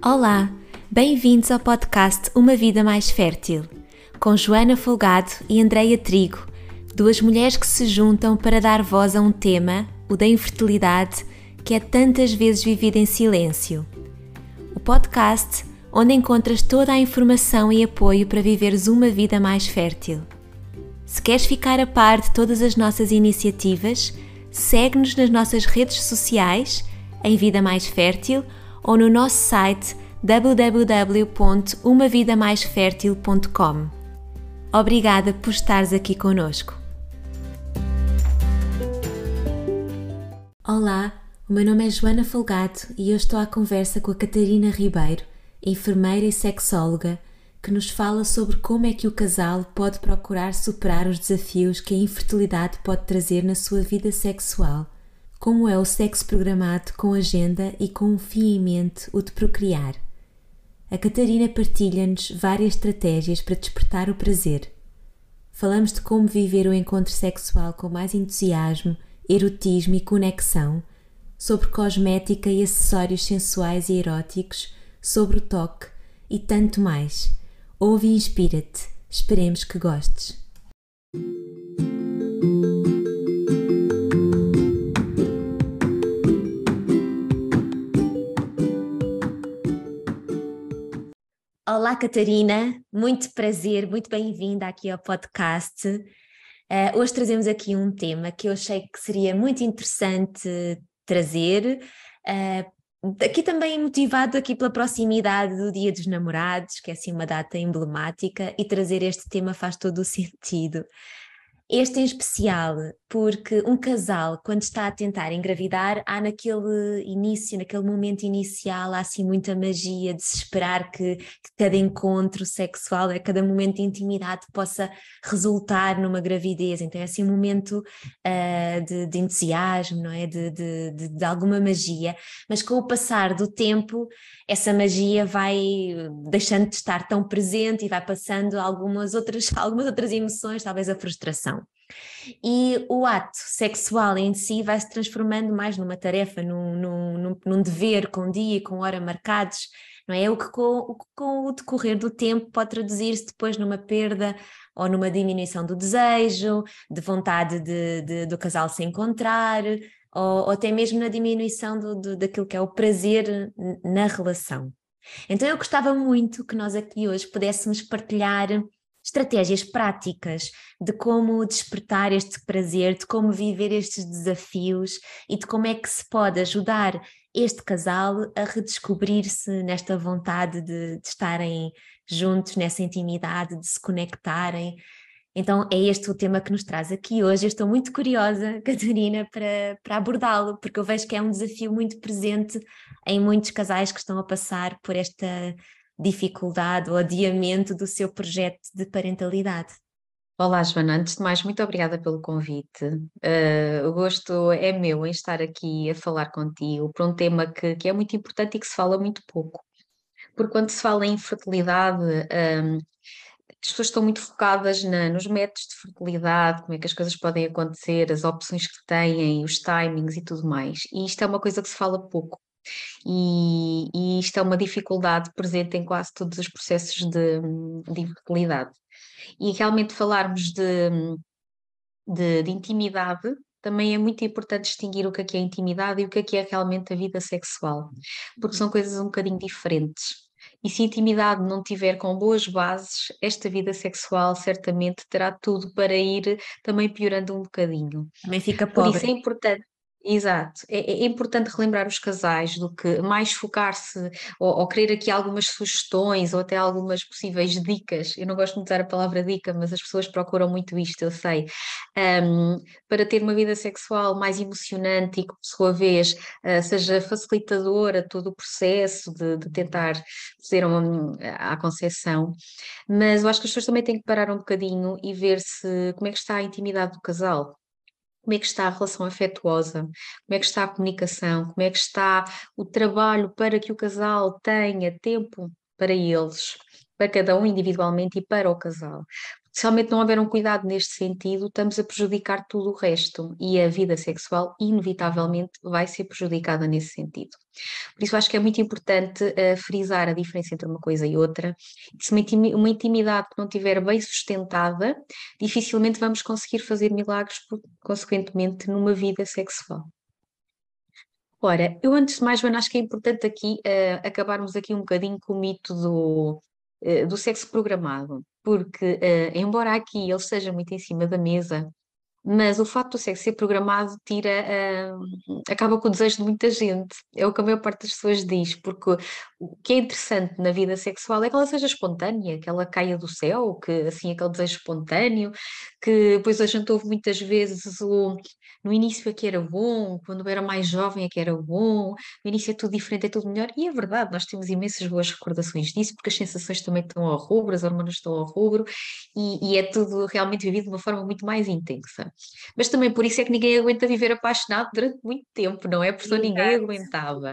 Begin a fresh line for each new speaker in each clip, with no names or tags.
Olá, bem-vindos ao podcast Uma Vida Mais Fértil, com Joana Folgado e Andreia Trigo, duas mulheres que se juntam para dar voz a um tema, o da infertilidade, que é tantas vezes vivido em silêncio. O podcast onde encontras toda a informação e apoio para viveres uma vida mais fértil. Se queres ficar a par de todas as nossas iniciativas, segue-nos nas nossas redes sociais, em Vida Mais Fértil, ou no nosso site www.umavidamaisfertil.com. Obrigada por estares aqui connosco. Olá, o meu nome é Joana Folgado e eu estou à conversa com a Catarina Ribeiro, enfermeira e sexóloga, que nos fala sobre como é que o casal pode procurar superar os desafios que a infertilidade pode trazer na sua vida sexual. Como é o sexo programado com agenda e com um fim em mente, o de procriar. A Catarina partilha-nos várias estratégias para despertar o prazer. Falamos de como viver o encontro sexual com mais entusiasmo, erotismo e conexão, sobre cosmética e acessórios sensuais e eróticos, sobre o toque e tanto mais. Ouve e inspira-te. Esperemos que gostes. Olá Catarina, muito prazer, muito bem-vinda aqui ao podcast. Hoje trazemos aqui um tema que eu achei que seria muito interessante trazer, aqui também motivado aqui pela proximidade do Dia dos Namorados, que é assim uma data emblemática, e trazer este tema faz todo o sentido. Este em especial, porque um casal, quando está a tentar engravidar, há naquele início, naquele momento inicial, há assim muita magia de se esperar que cada encontro sexual, cada momento de intimidade possa resultar numa gravidez. Então é assim um momento de entusiasmo, não é? De alguma magia. Mas com o passar do tempo, essa magia vai deixando de estar tão presente e vai passando algumas outras emoções, talvez a frustração. E o ato sexual em si vai se transformando mais numa tarefa, num dever com dia e com hora marcados, não é? O que com o decorrer do tempo pode traduzir-se depois numa perda ou numa diminuição do desejo, de vontade do casal se encontrar, ou até mesmo na diminuição daquilo que é o prazer na relação. Então eu gostava muito que nós aqui hoje pudéssemos partilhar estratégias práticas de como despertar este prazer, de como viver estes desafios e de como é que se pode ajudar este casal a redescobrir-se nesta vontade de estarem juntos, nessa intimidade, de se conectarem. Então é este o tema que nos traz aqui hoje. Eu estou muito curiosa, Catarina, para abordá-lo, porque eu vejo que é um desafio muito presente em muitos casais que estão a passar por esta dificuldade ou adiamento do seu projeto de parentalidade.
Olá, Joana. Antes de mais, muito obrigada pelo convite. O gosto é meu em estar aqui a falar contigo por um tema que é muito importante e que se fala muito pouco. Porque quando se fala em infertilidade, as pessoas estão muito focadas nos métodos de fertilidade, como é que as coisas podem acontecer, as opções que têm, os timings e tudo mais. E isto é uma coisa que se fala pouco. E isto é uma dificuldade presente em quase todos os processos de infertilidade. E realmente falarmos de intimidade, também é muito importante distinguir o que é intimidade e o que é realmente a vida sexual, porque são coisas um bocadinho diferentes. E se a intimidade não tiver com boas bases, esta vida sexual certamente terá tudo para ir também piorando um bocadinho.
Também fica
Por isso é
pobre.
importante. Exato, é importante relembrar os casais do que mais focar-se ou querer aqui algumas sugestões ou até algumas possíveis dicas. Eu não gosto muito de usar a palavra dica, mas as pessoas procuram muito isto, eu sei, para ter uma vida sexual mais emocionante e que, por sua vez, seja facilitadora todo o processo de tentar fazer a concepção. Mas eu acho que as pessoas também têm que parar um bocadinho e ver se como é que está a intimidade do casal. Como é que está a relação afetuosa? Como é que está a comunicação? Como é que está o trabalho para que o casal tenha tempo para eles, para cada um individualmente e para o casal? Se realmente não houver um cuidado neste sentido, estamos a prejudicar tudo o resto e a vida sexual, inevitavelmente, vai ser prejudicada nesse sentido. Por isso, acho que é muito importante frisar a diferença entre uma coisa e outra. Se uma intimidade que não estiver bem sustentada, dificilmente vamos conseguir fazer milagres, consequentemente, numa vida sexual. Ora, eu antes de mais, Joana, acho que é importante aqui acabarmos aqui um bocadinho com o mito do sexo programado, porque embora aqui ele esteja muito em cima da mesa, mas o facto do sexo ser programado acaba com o desejo de muita gente. É o que a maior parte das pessoas diz, porque o que é interessante na vida sexual é que ela seja espontânea, que ela caia do céu, que assim aquele desejo espontâneo, que depois a gente ouve muitas vezes no início é que era bom, quando eu era mais jovem é que era bom, no início é tudo diferente, é tudo melhor, e é verdade, nós temos imensas boas recordações disso, porque as sensações também estão ao rubro, as hormonas estão ao rubro, e é tudo realmente vivido de uma forma muito mais intensa. Mas também por isso é que ninguém aguenta viver apaixonado durante muito tempo, não é? Porque senão ninguém
Exato.
aguentava.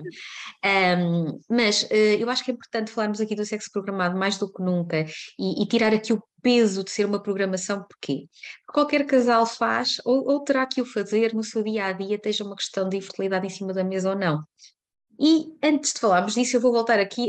Mas eu acho que é importante falarmos aqui do sexo programado mais do que nunca e tirar aqui o peso de ser uma programação, porquê? Porque qualquer casal faz ou terá que o fazer no seu dia a dia, esteja uma questão de infertilidade em cima da mesa ou não. E antes de falarmos disso, eu vou voltar aqui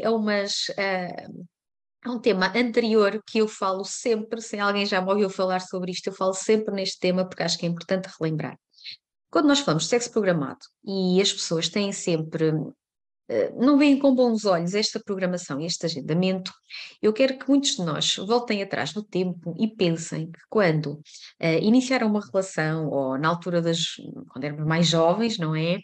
a um tema anterior que eu falo sempre, se alguém já me ouviu falar sobre isto, eu falo sempre neste tema porque acho que é importante relembrar. Quando nós falamos de sexo programado e as pessoas têm sempre, não veem com bons olhos esta programação e este agendamento, eu quero que muitos de nós voltem atrás no tempo e pensem que quando iniciaram uma relação, ou na altura quando éramos mais jovens, não é?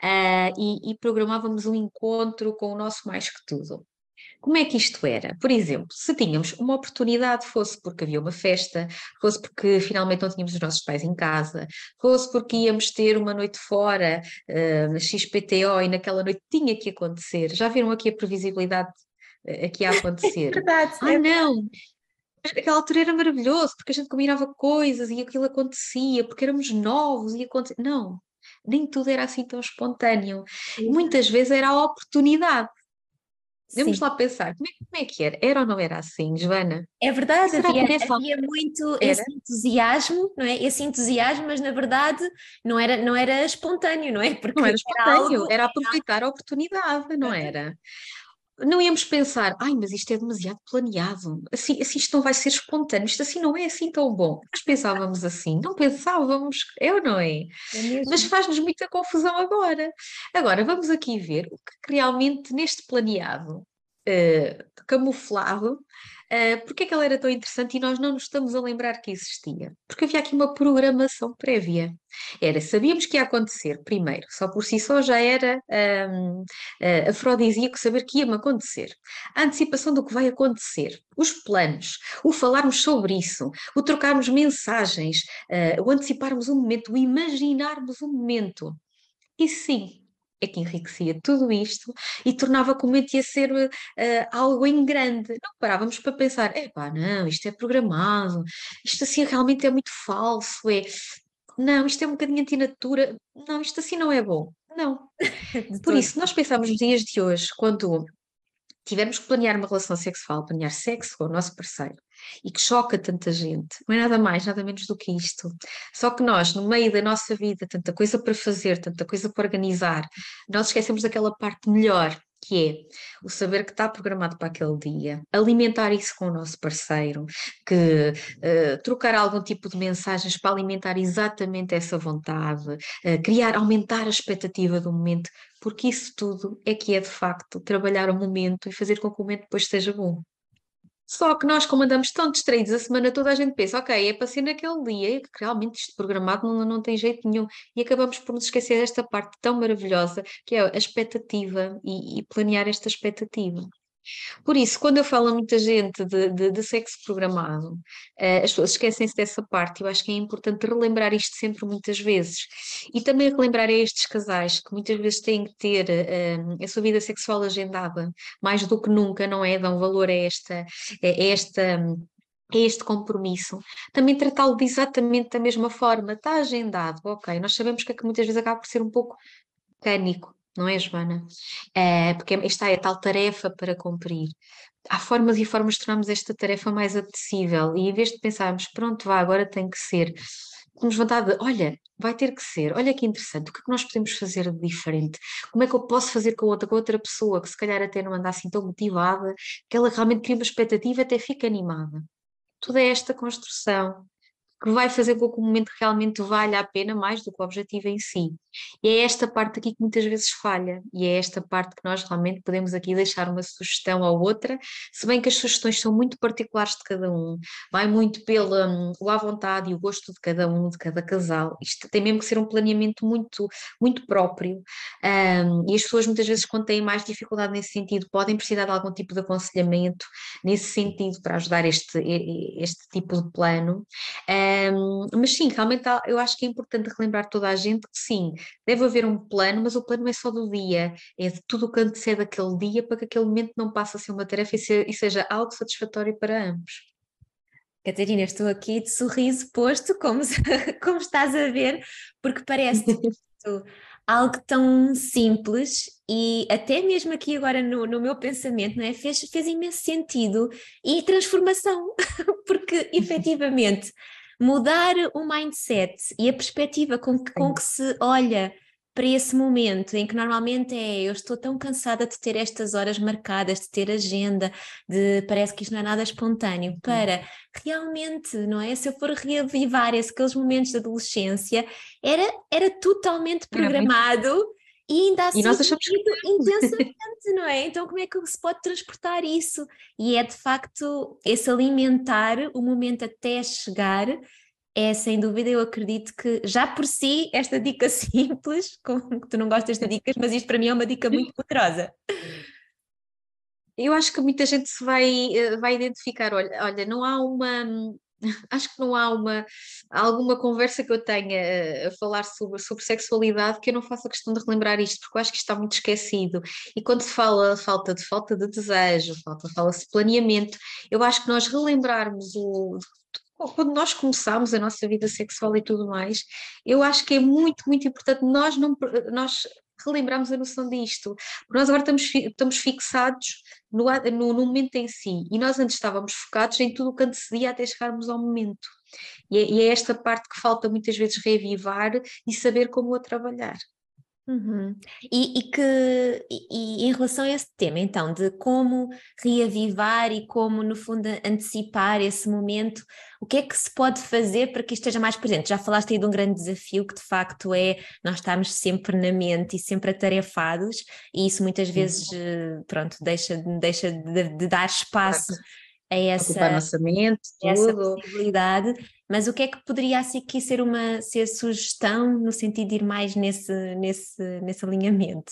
E programávamos um encontro com o nosso mais que tudo. Como é que isto era? Por exemplo, se tínhamos uma oportunidade, fosse porque havia uma festa, fosse porque finalmente não tínhamos os nossos pais em casa, fosse porque íamos ter uma noite fora, na XPTO, e naquela noite tinha que acontecer. Já viram aqui a previsibilidade aqui a acontecer?
Verdade,
Ah,
é
não! Mas naquela altura era maravilhoso, porque a gente combinava coisas e aquilo acontecia, porque éramos novos e acontecia. Não, nem tudo era assim tão espontâneo.
verdade.
Muitas vezes era a oportunidade. Vamos
Sim.
lá pensar, como é que era? Era ou não era assim, Joana?
É
E
verdade,
será que nessa
havia
altura
muito esse
era?
entusiasmo, não é? Esse entusiasmo, mas na verdade não era espontâneo, não é?
Não
Porque
era
era
espontâneo,
algo.
era aproveitar a oportunidade, não
Exatamente.
era? Não íamos pensar, ai, mas isto é demasiado planeado, assim isto não vai ser espontâneo, isto assim não é assim tão bom. Nós pensávamos assim, não pensávamos, é ou não é?
É
Mas
mesmo.
faz-nos muita confusão agora. Agora, vamos aqui ver o que realmente neste planeado, camuflado, porque é que ele era tão interessante e nós não nos estamos a lembrar que existia? Porque havia aqui uma programação prévia. Sabíamos que ia acontecer, primeiro, só por si só já era afrodisíaco saber que ia-me acontecer. A antecipação do que vai acontecer, os planos, o falarmos sobre isso, o trocarmos mensagens, o anteciparmos um momento, o imaginarmos um momento. E sim, é que enriquecia tudo isto e tornava que o momento ia ser algo em grande. Não parávamos para pensar, epá, não, isto é programado, isto assim realmente é muito falso, não, isto é um bocadinho antinatura, não, isto assim não é bom. Não.
De
Por
todo.
isso, nós pensamos nos dias de hoje, quando tivermos que planear uma relação sexual, planear sexo com o nosso parceiro, e que choca tanta gente, não é nada mais, nada menos do que isto. Só que nós, no meio da nossa vida, tanta coisa para fazer, tanta coisa para organizar, nós esquecemos daquela parte melhor, que é o saber que está programado para aquele dia, alimentar isso com o nosso parceiro, que trocar algum tipo de mensagens para alimentar exatamente essa vontade, criar, aumentar a expectativa do momento, porque isso tudo é que é de facto trabalhar o momento e fazer com que o momento depois seja bom. Só que nós, como andamos tão distraídos a semana toda, a gente pensa, ok, é para ser naquele dia, que realmente isto programado não tem jeito nenhum. E acabamos por nos esquecer desta parte tão maravilhosa, que é a expectativa e planear esta expectativa. Por isso, quando eu falo a muita gente de sexo programado, as pessoas esquecem-se dessa parte. Eu acho que é importante relembrar isto sempre muitas vezes. E também relembrar a estes casais que muitas vezes têm que ter a sua vida sexual agendada, mais do que nunca, não é? Dão valor a esta. A este compromisso, também tratá-lo de exatamente da mesma forma, está agendado, ok. Nós sabemos que muitas vezes acaba por ser um pouco mecânico, não é, Joana? Porque está é a tal tarefa para cumprir. há formas e formas de tornarmos esta tarefa mais apetecível e em vez de pensarmos, pronto, vá, agora tem que ser, temos vontade de, olha, vai ter que ser, olha que interessante, o que é que nós podemos fazer de diferente? Como é que eu posso fazer com a outra pessoa que se calhar até não anda assim tão motivada, que ela realmente cria uma expectativa e até fica animada. Toda esta construção que vai fazer com que o momento realmente valha a pena mais do que o objetivo em si. E é esta parte aqui que muitas vezes falha, e é esta parte que nós realmente podemos aqui deixar uma sugestão ou outra, se bem que as sugestões são muito particulares de cada um, vai muito pela o à vontade e o gosto de cada um, de cada casal. Isto tem mesmo que ser um planeamento muito, muito próprio, e as pessoas muitas vezes quando têm mais dificuldade nesse sentido podem precisar de algum tipo de aconselhamento nesse sentido para ajudar este tipo de plano. Mas sim, realmente eu acho que é importante relembrar toda a gente que sim, deve haver um plano, mas o plano não é só do dia, é de tudo o que antecede aquele dia para que aquele momento não passe a ser uma tarefa e seja algo satisfatório para ambos.
Catarina, estou aqui de sorriso posto, como, como estás a ver, porque parece algo tão simples e até mesmo aqui agora no meu pensamento, não é? Fez imenso sentido e transformação, porque efetivamente mudar o mindset e a perspectiva com
Sim.
que se olha para esse momento em que normalmente eu estou tão cansada de ter estas horas marcadas, de ter agenda, de parece que isto não é nada espontâneo, para realmente, não é? Se eu for reavivar aqueles momentos de adolescência, era totalmente
Era muito.
programado e ainda
E
assim
nós achamos que
vivido intensamente, não é? Então, como é que se pode transportar isso? E é de facto esse alimentar o momento até chegar. É sem dúvida, eu acredito que já por si, esta dica simples, como que tu não gostas de dicas, mas isto para mim é uma dica muito poderosa.
eu acho que muita gente se vai identificar. Olha, não há uma. Acho que não há alguma conversa que eu tenha a falar sobre sexualidade que eu não faça questão de relembrar isto, porque eu acho que isto está muito esquecido. E quando se fala falta de desejo, fala-se de planeamento, eu acho que nós relembrarmos quando nós começámos a nossa vida sexual e tudo mais, eu acho que é muito, muito importante nós relembrarmos a noção disto, porque nós agora estamos fixados no momento em si, e nós antes estávamos focados em tudo o que antecedia até chegarmos ao momento. E é esta parte que falta muitas vezes reavivar e saber como a trabalhar.
Uhum. E em relação a esse tema, então, de como reavivar e como, no fundo, antecipar esse momento, o que é que se pode fazer para que isto esteja mais presente? Já falaste aí de um grande desafio que, de facto, é nós estarmos sempre na mente e sempre atarefados, e isso muitas vezes, pronto, deixa de dar espaço
Exato.
a
Ocupar a
essa
nossa mente,
essa
tudo.
possibilidade, mas o que é que poderia assim, aqui ser sugestão no sentido de ir mais nesse alinhamento?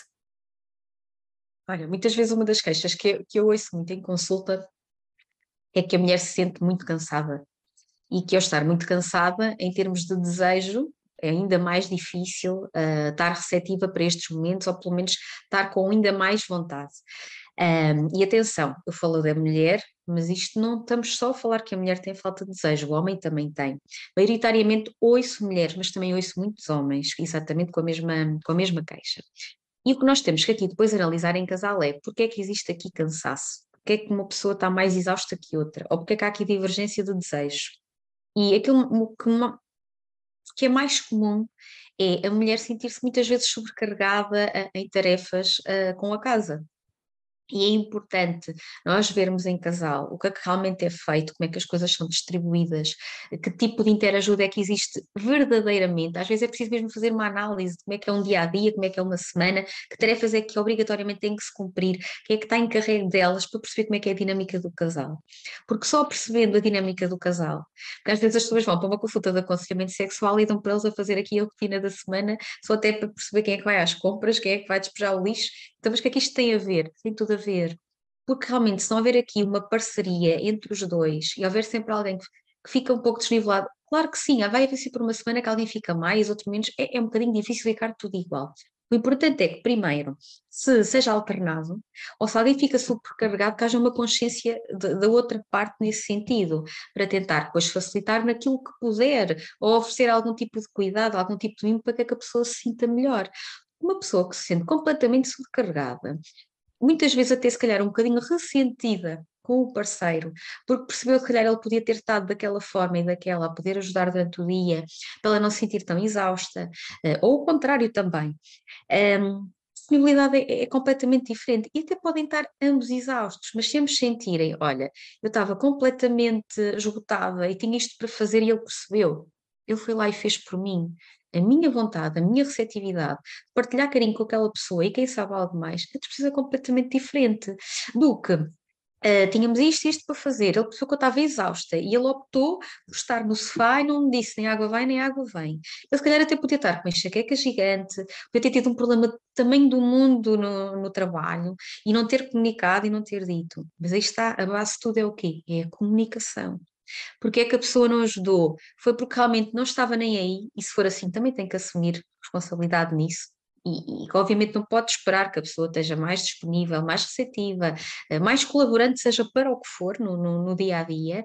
Olha, muitas vezes uma das queixas que eu ouço muito em consulta é que a mulher se sente muito cansada e que ao estar muito cansada, em termos de desejo, é ainda mais difícil estar receptiva para estes momentos, ou pelo menos estar com ainda mais vontade. E atenção, eu falo da mulher, mas isto não estamos só a falar que a mulher tem falta de desejo, o homem também tem. Maioritariamente ouço mulheres, mas também ouço muitos homens, exatamente com a mesma queixa. E o que nós temos que aqui depois analisar em casal é porque é que existe aqui cansaço? Porque é que uma pessoa está mais exausta que outra? Ou porque é que há aqui divergência de desejo? E aquilo que é mais comum é a mulher sentir-se muitas vezes sobrecarregada em tarefas com a casa. E é importante nós vermos em casal o que é que realmente é feito, como é que as coisas são distribuídas, que tipo de interajuda é que existe verdadeiramente. Às vezes é preciso mesmo fazer uma análise de como é que é um dia a dia, como é que é uma semana, que tarefas é que obrigatoriamente têm que se cumprir, quem é que está encarregue delas, para perceber como é que é a dinâmica do casal. Porque só percebendo a dinâmica do casal, porque às vezes as pessoas vão para uma consulta de aconselhamento sexual e dão para eles a fazer aqui a rotina da semana, só até para perceber quem é que vai às compras, quem é que vai despejar o lixo. Então, mas o que é que isto tem a ver? Tem tudo a ver. Porque realmente, se não houver aqui uma parceria entre os dois e houver sempre alguém que fica um pouco desnivelado, claro que sim, vai haver sempre uma semana que alguém fica mais, outro menos, é um bocadinho difícil ficar tudo igual. O importante é que, primeiro, se seja alternado, ou se alguém fica sobrecarregado, que haja uma consciência da outra parte nesse sentido, para tentar depois facilitar naquilo que puder, ou oferecer algum tipo de cuidado, algum tipo de mimo para que a pessoa se sinta melhor. Uma pessoa que se sente completamente sobrecarregada, muitas vezes até se calhar um bocadinho ressentida com o parceiro, porque percebeu que, se calhar, ele podia ter estado daquela forma e daquela, a poder ajudar durante o dia, para ela não se sentir tão exausta, ou o contrário também. Disponibilidade é completamente diferente e até podem estar ambos exaustos, mas se ambos sentirem, olha, eu estava completamente esgotada e tinha isto para fazer e ele percebeu, ele foi lá e fez por mim. A minha vontade, a minha receptividade, partilhar carinho com aquela pessoa e quem sabe algo mais, é precisa completamente diferente do que tínhamos isto e isto para fazer. Ele percebeu que eu estava exausta e ele optou por estar no sofá e não me disse nem água vai nem água vem. Ele se calhar até podia estar com uma enxaqueca gigante, podia ter tido um problema de tamanho do mundo no trabalho e não ter comunicado e não ter dito. Mas aí está, a base de tudo é o quê? É a comunicação. Porque é que a pessoa não ajudou? Foi porque realmente não estava nem aí, e se for assim, também tem que assumir responsabilidade nisso. E que obviamente não pode esperar que a pessoa esteja mais disponível, mais receptiva, mais colaborante, seja para o que for no dia a dia,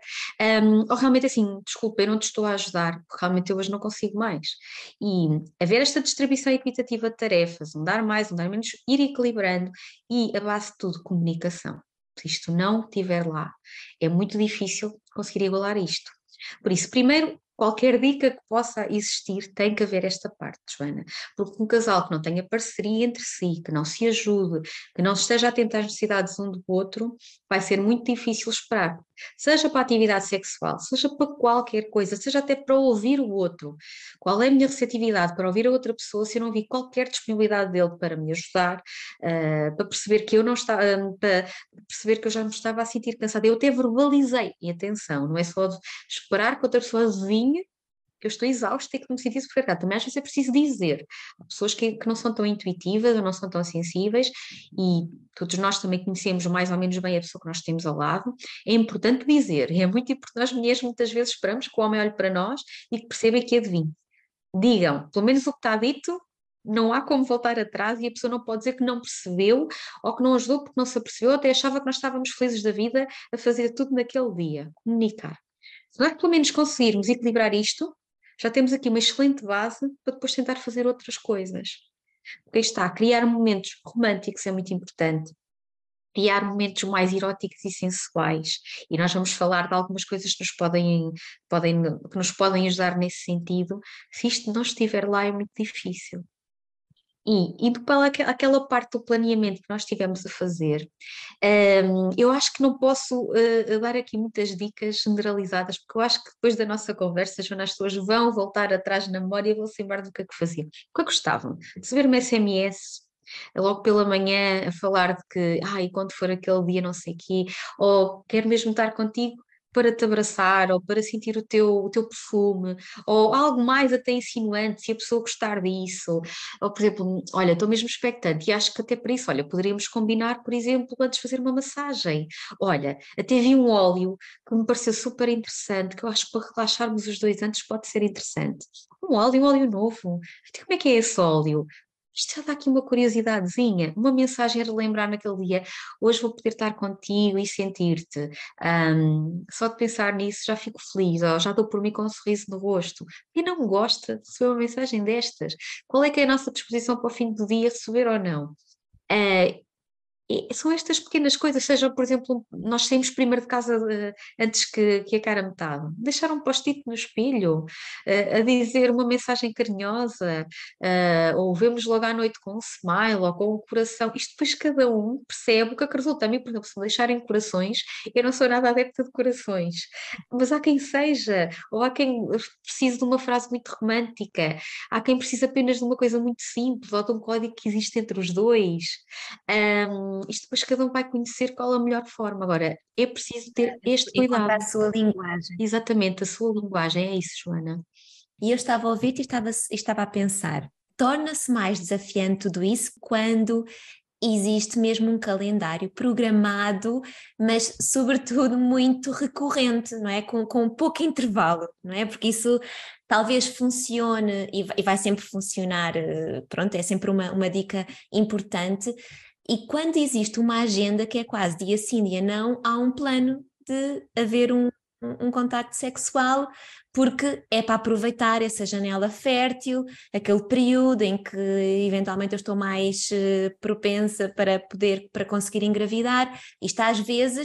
ou realmente assim, desculpa, eu não te estou a ajudar, porque realmente eu hoje não consigo mais. E haver esta distribuição equitativa de tarefas, um dar mais, um dar menos, ir equilibrando e, a base de tudo, comunicação. Se isto não estiver lá, é muito difícil conseguir igualar isto. Por isso, primeiro, qualquer dica que possa existir tem que haver esta parte, Joana, porque um casal que não tenha parceria entre si, que não se ajude, que não esteja atento às necessidades um do outro, vai ser muito difícil esperar, seja para a atividade sexual, seja para qualquer coisa, seja até para ouvir o outro. Qual é a minha receptividade para ouvir a outra pessoa se eu não vi qualquer disponibilidade dele para me ajudar, para perceber que eu não estava, para perceber que eu já me estava a sentir cansada. Eu até verbalizei, e atenção, não é só de esperar que outra pessoa adivinhe que eu estou exausta e que não me sinto sobrecarregada. Também às vezes é preciso dizer. Há pessoas que não são tão intuitivas ou não são tão sensíveis e todos nós também conhecemos mais ou menos bem a pessoa que nós temos ao lado. É importante dizer, é muito importante. Nós mulheres muitas vezes esperamos que o homem olhe para nós e que perceba e que adivinhe. Digam, pelo menos o que está dito, não há como voltar atrás e a pessoa não pode dizer que não percebeu ou que não ajudou porque não se apercebeu, até achava que nós estávamos felizes da vida a fazer tudo naquele dia. Comunicar. Se nós pelo menos conseguirmos equilibrar isto, já temos aqui uma excelente base para depois tentar fazer outras coisas. Porque aí está, criar momentos românticos é muito importante. Criar momentos mais eróticos e sensuais. E nós vamos falar de algumas coisas que que nos podem ajudar nesse sentido. Se isto não estiver lá, é muito difícil. E indo para aquela parte do planeamento que nós estivemos a fazer, eu acho que não posso dar aqui muitas dicas generalizadas, porque eu acho que depois da nossa conversa, Joana, as pessoas vão voltar atrás na memória e vão se lembrar do que é que fazíamos. O que é que gostavam? De receber uma SMS logo pela manhã a falar de que, e quando for aquele dia não sei quê, ou quero mesmo estar contigo para te abraçar, ou para sentir o teu perfume, ou algo mais até insinuante, se a pessoa gostar disso, ou por exemplo, olha, estou mesmo expectante e acho que até por isso, olha, poderíamos combinar, por exemplo, antes de fazer uma massagem. Olha, até vi um óleo que me pareceu super interessante, que eu acho que para relaxarmos os dois antes pode ser interessante. Um óleo novo. Até como é que é esse óleo? Isto já dá aqui uma curiosidadezinha, uma mensagem a relembrar naquele dia. Hoje vou poder estar contigo e sentir-te. Só de pensar nisso já fico feliz, ou já dou por mim com um sorriso no rosto. Quem não gosta de receber uma mensagem destas? Qual é que é a nossa disposição para o fim do dia, receber ou não? Ah, e são estas pequenas coisas, seja, por exemplo, nós saímos primeiro de casa antes que a cara metade, deixar um post-it no espelho, a dizer uma mensagem carinhosa, ou vemos logo à noite com um smile ou com um coração. Isto depois cada um percebe o que é que resulta. A mim, por exemplo, se me deixarem corações, eu não sou nada adepta de corações, mas há quem seja, ou há quem precise de uma frase muito romântica, há quem precise apenas de uma coisa muito simples, ou de um código que existe entre os dois. Isto depois cada um vai conhecer qual a melhor forma. Agora, é preciso ter este
Encontrar a
cuidado.
sua linguagem.
Exatamente, a sua linguagem, é isso, Joana.
E eu estava a ouvir-te e estava a pensar, torna-se mais desafiante tudo isso quando existe mesmo um calendário programado, mas sobretudo muito recorrente, não é? Com pouco intervalo, não é? Porque isso talvez funcione e vai sempre funcionar, pronto, é sempre uma dica importante. E quando existe uma agenda que é quase dia sim, dia não, há um plano de haver um contacto sexual, porque é para aproveitar essa janela fértil, aquele período em que eventualmente eu estou mais propensa para conseguir engravidar. Isto às vezes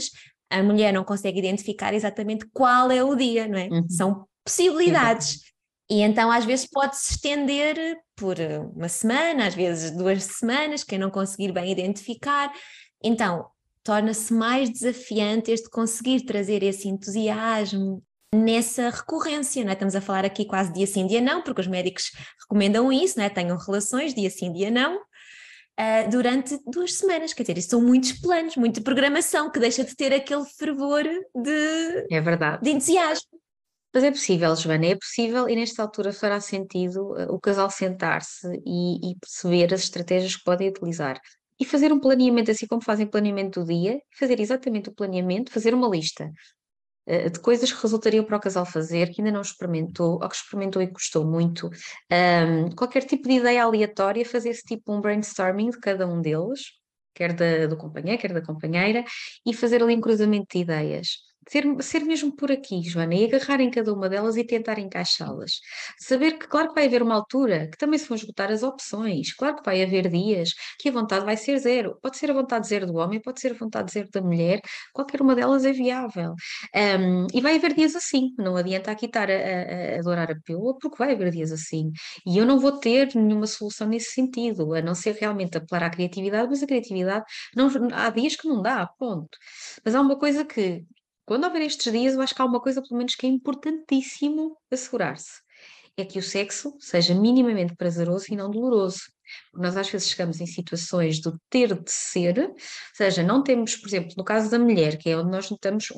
a mulher não consegue identificar exatamente qual é o dia, não é?
Uhum.
São possibilidades. E então, às vezes, pode-se estender por uma semana, às vezes 2 semanas, quem não conseguir bem identificar. Então, torna-se mais desafiante este conseguir trazer esse entusiasmo nessa recorrência, não é? Estamos a falar aqui quase dia sim, dia não, porque os médicos recomendam isso, não é? Tenham relações dia sim, dia não, durante 2 semanas. Quer dizer, isso são muitos planos, muita programação, que deixa de ter aquele fervor
É verdade.
de entusiasmo.
Mas é possível, Joana, é possível e nesta altura fará sentido o casal sentar-se e perceber as estratégias que podem utilizar. E fazer um planeamento, assim como fazem planeamento do dia, fazer exatamente o planeamento, fazer uma lista de coisas que resultariam para o casal fazer, que ainda não experimentou, ou que experimentou e gostou muito. Qualquer tipo de ideia aleatória, fazer esse tipo um brainstorming de cada um deles, quer do companheiro, quer da companheira, e fazer ali um cruzamento de ideias. Ser mesmo por aqui, Joana, e agarrar em cada uma delas e tentar encaixá-las. Saber que, claro que vai haver uma altura que também se vão esgotar as opções, claro que vai haver dias que a vontade vai ser zero. Pode ser a vontade zero do homem, pode ser a vontade zero da mulher, qualquer uma delas é viável. E vai haver dias assim, não adianta aqui estar a adorar a pílula, porque vai haver dias assim. E eu não vou ter nenhuma solução nesse sentido, a não ser realmente apelar à criatividade, mas a criatividade, não, há dias que não dá, ponto. Mas há uma coisa que, quando houver estes dias, eu acho que há uma coisa, pelo menos, que é importantíssimo assegurar-se. É que o sexo seja minimamente prazeroso e não doloroso. Porque nós às vezes chegamos em situações do ter de ser, ou seja, não temos, por exemplo, no caso da mulher, que é onde nós notamos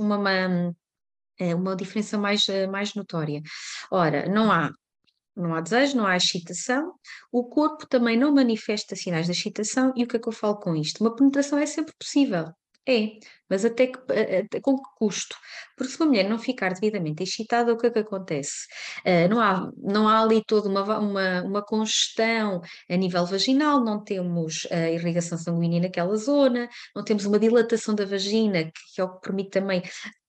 uma diferença mais notória. Ora, não há desejo, não há excitação, o corpo também não manifesta sinais de excitação, e o que é que eu falo com isto? Uma penetração é sempre possível. É, mas com que custo? Porque se uma mulher não ficar devidamente excitada, o que é que acontece? Não há ali toda uma congestão a nível vaginal, não temos a irrigação sanguínea naquela zona, não temos uma dilatação da vagina, que é o que permite também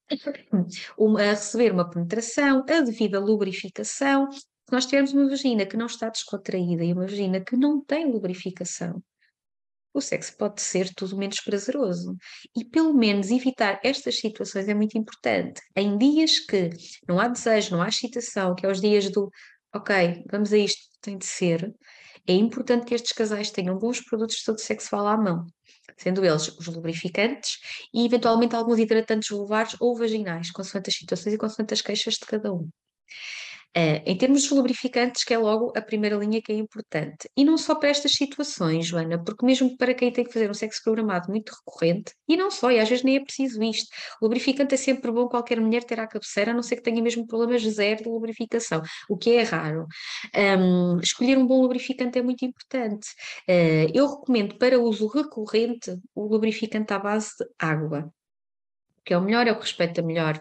a receber uma penetração, a devida lubrificação. Se nós tivermos uma vagina que não está descontraída e uma vagina que não tem lubrificação, o sexo pode ser tudo menos prazeroso. E pelo menos evitar estas situações é muito importante. Em dias que não há desejo, não há excitação, que é os dias do ok, vamos a isto, tem de ser, é importante que estes casais tenham bons produtos de saúde sexual à mão, sendo eles os lubrificantes e eventualmente alguns hidratantes vulvares ou vaginais, consoante as situações e consoante as queixas de cada um. Em termos de lubrificantes, que é logo a primeira linha que é importante. E não só para estas situações, Joana, porque mesmo para quem tem que fazer um sexo programado muito recorrente, e não só, e às vezes nem é preciso isto. O lubrificante é sempre bom qualquer mulher ter à cabeceira, a não ser que tenha mesmo problemas zero de lubrificação, o que é raro. Escolher um bom lubrificante é muito importante. Eu recomendo para uso recorrente o lubrificante à base de água, que é o melhor, é o que respeita melhor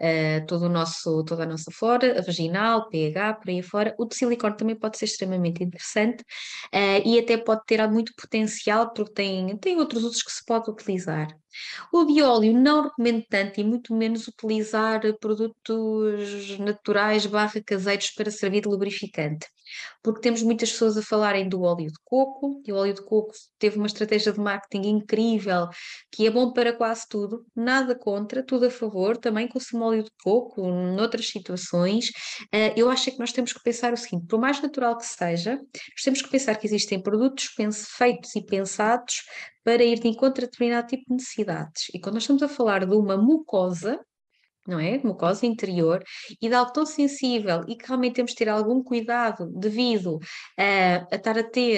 toda a nossa flora, a vaginal, pH, por aí fora. O de silicone também pode ser extremamente interessante, e até pode ter muito potencial, porque tem outros usos que se pode utilizar. O de óleo não recomendo tanto e muito menos utilizar produtos naturais barra caseiros para servir de lubrificante, porque temos muitas pessoas a falarem do óleo de coco, e o óleo de coco teve uma estratégia de marketing incrível, que é bom para quase tudo, nada contra, tudo a favor, também consumo óleo de coco noutras situações. Eu acho que nós temos que pensar o seguinte, por mais natural que seja, nós temos que pensar que existem produtos feitos e pensados para ir de encontro a determinado tipo de necessidades. E quando nós estamos a falar de uma mucosa, não é? Mucosa interior, e de algo tão sensível e que realmente temos de ter algum cuidado devido a estar a ter.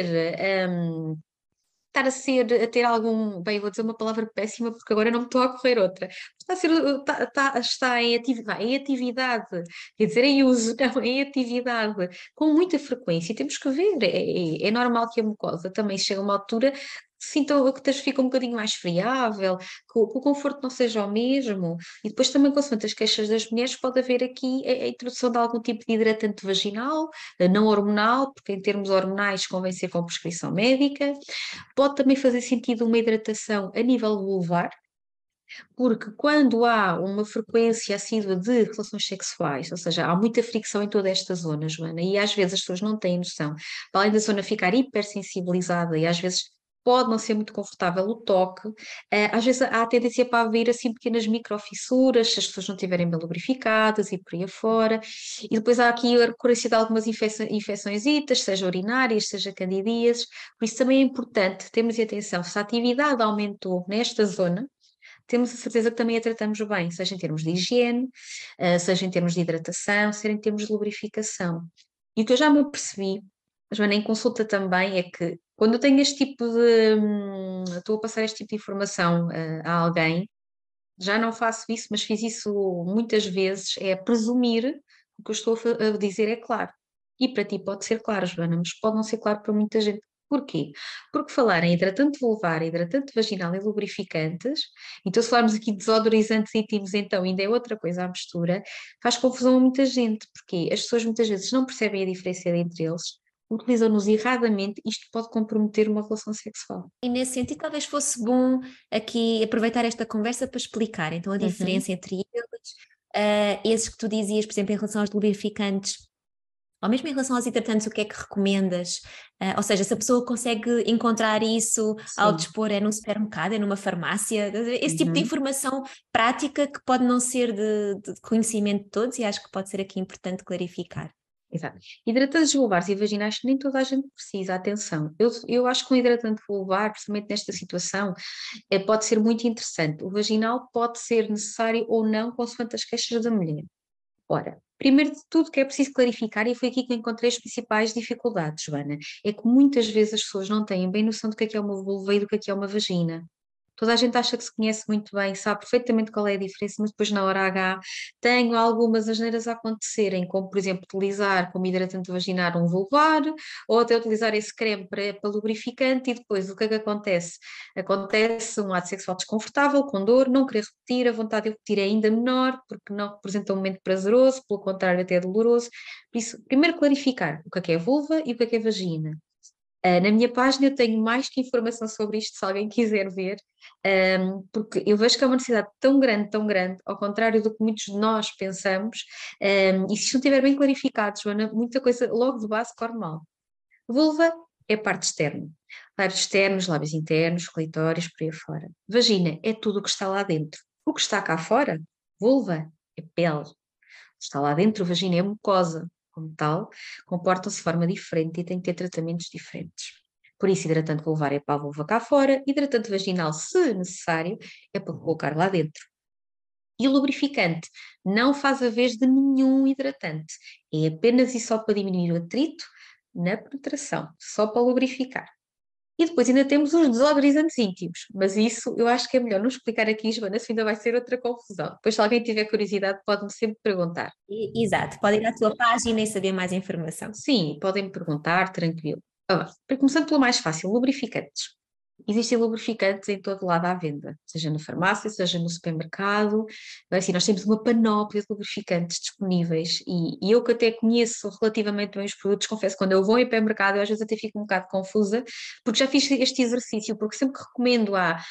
A ter algum, bem, eu vou dizer uma palavra péssima porque agora não me estou a ocorrer outra. Está em atividade, quer dizer, em uso, não, em atividade, com muita frequência. E temos que ver, é normal que a mucosa também chegue a uma altura que fica um bocadinho mais friável, que o conforto não seja o mesmo. E depois também, consoante as queixas das mulheres, pode haver aqui a introdução de algum tipo de hidratante vaginal, não hormonal, porque em termos hormonais convém ser com prescrição médica. Pode também fazer sentido uma hidratação a nível vulvar, porque quando há uma frequência assídua de relações sexuais, ou seja, há muita fricção em toda esta zona, Joana, e às vezes as pessoas não têm noção, para além da zona ficar hipersensibilizada e às vezes pode não ser muito confortável o toque, às vezes há a tendência para haver assim pequenas microfissuras, se as pessoas não estiverem bem lubrificadas e por aí afora, e depois há aqui a recorrência de algumas infecçõezitas, seja urinárias, seja candidíases, por isso também é importante termos atenção, se a atividade aumentou nesta zona, temos a certeza que também a tratamos bem, seja em termos de higiene, seja em termos de hidratação, seja em termos de lubrificação. E o que eu já me apercebi, Joana, em consulta também, é que quando eu tenho este tipo de. Estou a passar este tipo de informação a alguém, já não faço isso, mas fiz isso muitas vezes, é presumir o que eu estou a dizer é claro. E para ti pode ser claro, Joana, mas pode não ser claro para muita gente. Porquê? Porque falar em hidratante vulvar, hidratante vaginal e lubrificantes, então se falarmos aqui de desodorizantes íntimos, então ainda é outra coisa à mistura, faz confusão a muita gente, porque as pessoas muitas vezes não percebem a diferença entre eles, utilizam-nos erradamente, isto pode comprometer uma relação sexual.
E nesse sentido, talvez fosse bom aqui aproveitar esta conversa para explicar então a
Uhum,
diferença entre eles, esses que tu dizias, por exemplo, em relação aos lubrificantes, ou mesmo em relação aos hidratantes, o que é que recomendas? Ou seja, se a pessoa consegue encontrar isso ao
sim.
dispor, é num supermercado, é numa farmácia, esse tipo de
Uhum.
informação prática que pode não ser de conhecimento de todos e acho que pode ser aqui importante clarificar.
Exato. Hidratantes vulvares e vaginais, nem toda a gente precisa, atenção. Eu acho que um hidratante vulvar, principalmente nesta situação, pode ser muito interessante. O vaginal pode ser necessário ou não, consoante as queixas da mulher. Ora, primeiro de tudo que é preciso clarificar, e foi aqui que encontrei as principais dificuldades, Joana, é que muitas vezes as pessoas não têm bem noção do que é uma vulva e do que é uma vagina. Toda a gente acha que se conhece muito bem, sabe perfeitamente qual é a diferença, mas depois na hora H tenho algumas asneiras a acontecerem, como por exemplo utilizar como hidratante vaginal um vulvar, ou até utilizar esse creme para lubrificante e depois o que é que acontece? Acontece um ato sexual desconfortável, com dor, não querer repetir, a vontade de repetir é ainda menor, porque não representa um momento prazeroso, pelo contrário até é doloroso. Por isso, primeiro clarificar o que é vulva e o que é vagina. Na minha página eu tenho mais que informação sobre isto, se alguém quiser ver, porque eu vejo que é uma necessidade tão grande, ao contrário do que muitos de nós pensamos, e se isto não estiver bem clarificado, Joana, muita coisa logo de base corre mal. Vulva é a parte externa, lábios externos, lábios internos, clitóris, por aí fora. Vagina é tudo o que está lá dentro. O que está cá fora, vulva, é pele. Está lá dentro, vagina é mucosa, como tal, comportam-se de forma diferente e têm que ter tratamentos diferentes. Por isso, hidratante vulvar é para a vulva cá fora, hidratante vaginal, se necessário, é para colocar lá dentro. E o lubrificante não faz a vez de nenhum hidratante, é apenas e só para diminuir o atrito na penetração, só para lubrificar. E depois ainda temos os desodorizantes íntimos, mas isso eu acho que é melhor não explicar aqui, Joana, se ainda vai ser outra confusão. Depois, se alguém tiver curiosidade, pode-me sempre perguntar.
Exato, pode ir à tua página e saber mais informação.
Sim, podem me perguntar, tranquilo. Ora, começando pelo mais fácil, lubrificantes. Existem lubrificantes em todo lado à venda, seja na farmácia, seja no supermercado. Assim, nós temos uma panóplia de lubrificantes disponíveis e eu que até conheço relativamente bem os produtos, confesso, quando eu vou ao hipermercado, eu às vezes até fico um bocado confusa, porque já fiz este exercício, porque sempre que recomendo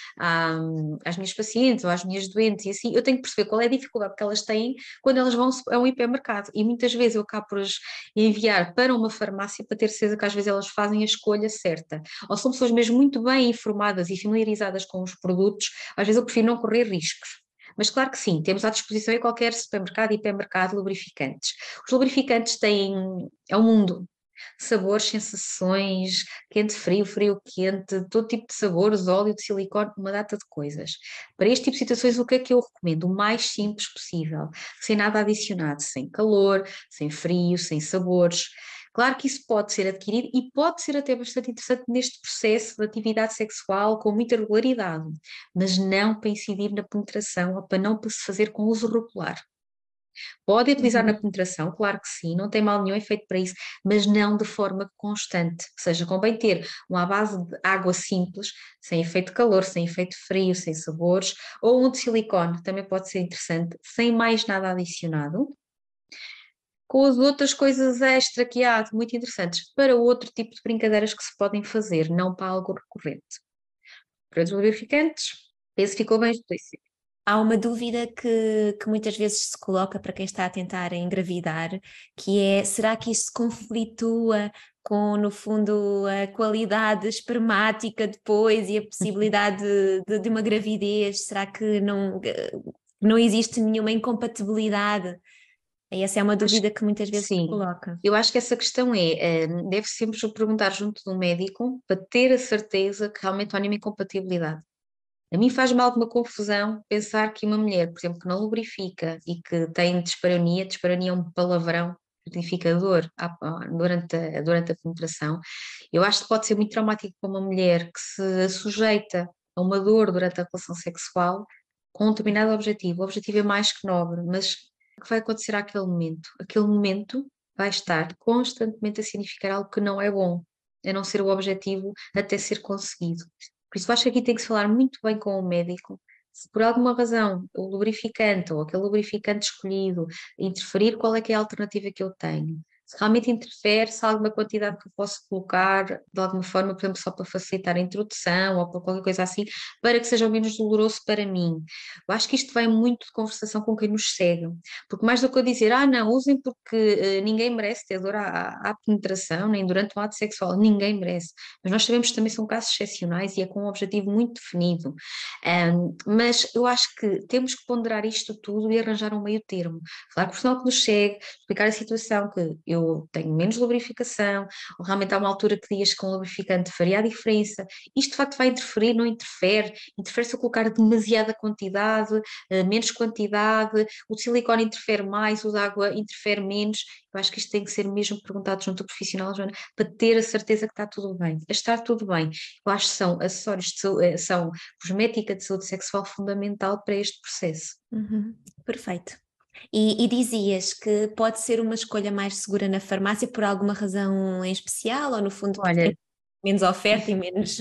às minhas pacientes ou às minhas doentes e assim, eu tenho que perceber qual é a dificuldade que elas têm quando elas vão a um hipermercado. E muitas vezes eu acabo por as enviar para uma farmácia para ter certeza que às vezes elas fazem a escolha certa ou são pessoas mesmo muito bem informadas e familiarizadas com os produtos, às vezes eu prefiro não correr riscos. Mas claro que sim, temos à disposição em qualquer supermercado e hipermercado lubrificantes. Os lubrificantes têm, é um mundo, sabores, sensações, quente, frio, frio, quente, todo tipo de sabores, óleo de silicone, uma data de coisas. Para este tipo de situações, o que é que eu recomendo? O mais simples possível, sem nada adicionado, sem calor, sem frio, sem sabores. Claro que isso pode ser adquirido e pode ser até bastante interessante neste processo de atividade sexual com muita regularidade, mas não para incidir na penetração ou para não se fazer com uso regular. Pode utilizar na
Uhum.
penetração, claro que sim, não tem mal nenhum efeito para isso, mas não de forma constante. Ou seja, convém ter uma base de água simples, sem efeito de calor, sem efeito de frio, sem sabores, ou um de silicone, também pode ser interessante, sem mais nada adicionado. Com as outras coisas extra que há, muito interessantes, para outro tipo de brincadeiras que se podem fazer, não para algo recorrente. Para os lubrificantes, esse ficou bem explícito.
Há uma dúvida que muitas vezes se coloca para quem está a tentar engravidar, que é, será que isso conflitua com, no fundo, a qualidade espermática depois e a possibilidade de uma gravidez? Será que não existe nenhuma incompatibilidade? Essa é uma
Acho
dúvida que muitas vezes se
Sim,
coloca.
eu acho que essa questão deve sempre se perguntar junto de um médico para ter a certeza que realmente não há nenhuma incompatibilidade. A mim faz-me alguma confusão pensar que uma mulher, por exemplo, que não lubrifica e que tem dispareunia é um palavrão que significa dor durante a penetração. Eu acho que pode ser muito traumático para uma mulher que se sujeita a uma dor durante a relação sexual com um determinado objetivo. O objetivo é mais que nobre, mas o que vai acontecer àquele momento? Aquele momento vai estar constantemente a significar algo que não é bom, a não ser o objetivo até ser conseguido. Por isso, acho que aqui tem que se falar muito bem com o médico. Se por alguma razão o lubrificante ou aquele lubrificante escolhido interferir, qual é que é a alternativa que eu tenho? Se realmente interfere, se há alguma quantidade que eu posso colocar de alguma forma, por exemplo, só para facilitar a introdução ou para qualquer coisa assim, para que seja o menos doloroso para mim. Eu acho que isto vai muito de conversação com quem nos segue, porque mais do que eu dizer, não, usem porque ninguém merece ter dor à penetração, nem durante o ato sexual, ninguém merece. Mas nós sabemos que também são casos excepcionais e é com um objetivo muito definido. Mas eu acho que temos que ponderar isto tudo e arranjar um meio termo. Falar com o profissional que nos segue, explicar a situação que eu tenho menos lubrificação, ou realmente há uma altura que dias com lubrificante faria a diferença. Isto de facto vai interferir, não interfere? Interfere se eu colocar demasiada quantidade, menos quantidade, o silicone interfere mais, o de água interfere menos. Eu acho que isto tem que ser mesmo perguntado junto ao profissional, Joana, para ter a certeza que está tudo bem. Estar tudo bem, eu acho que são acessórios de saúde, são cosmética de saúde sexual fundamental para este processo.
Uhum, perfeito. E dizias que pode ser uma escolha mais segura na farmácia por alguma razão em especial, ou no fundo porque
Olha,
tem menos oferta e menos.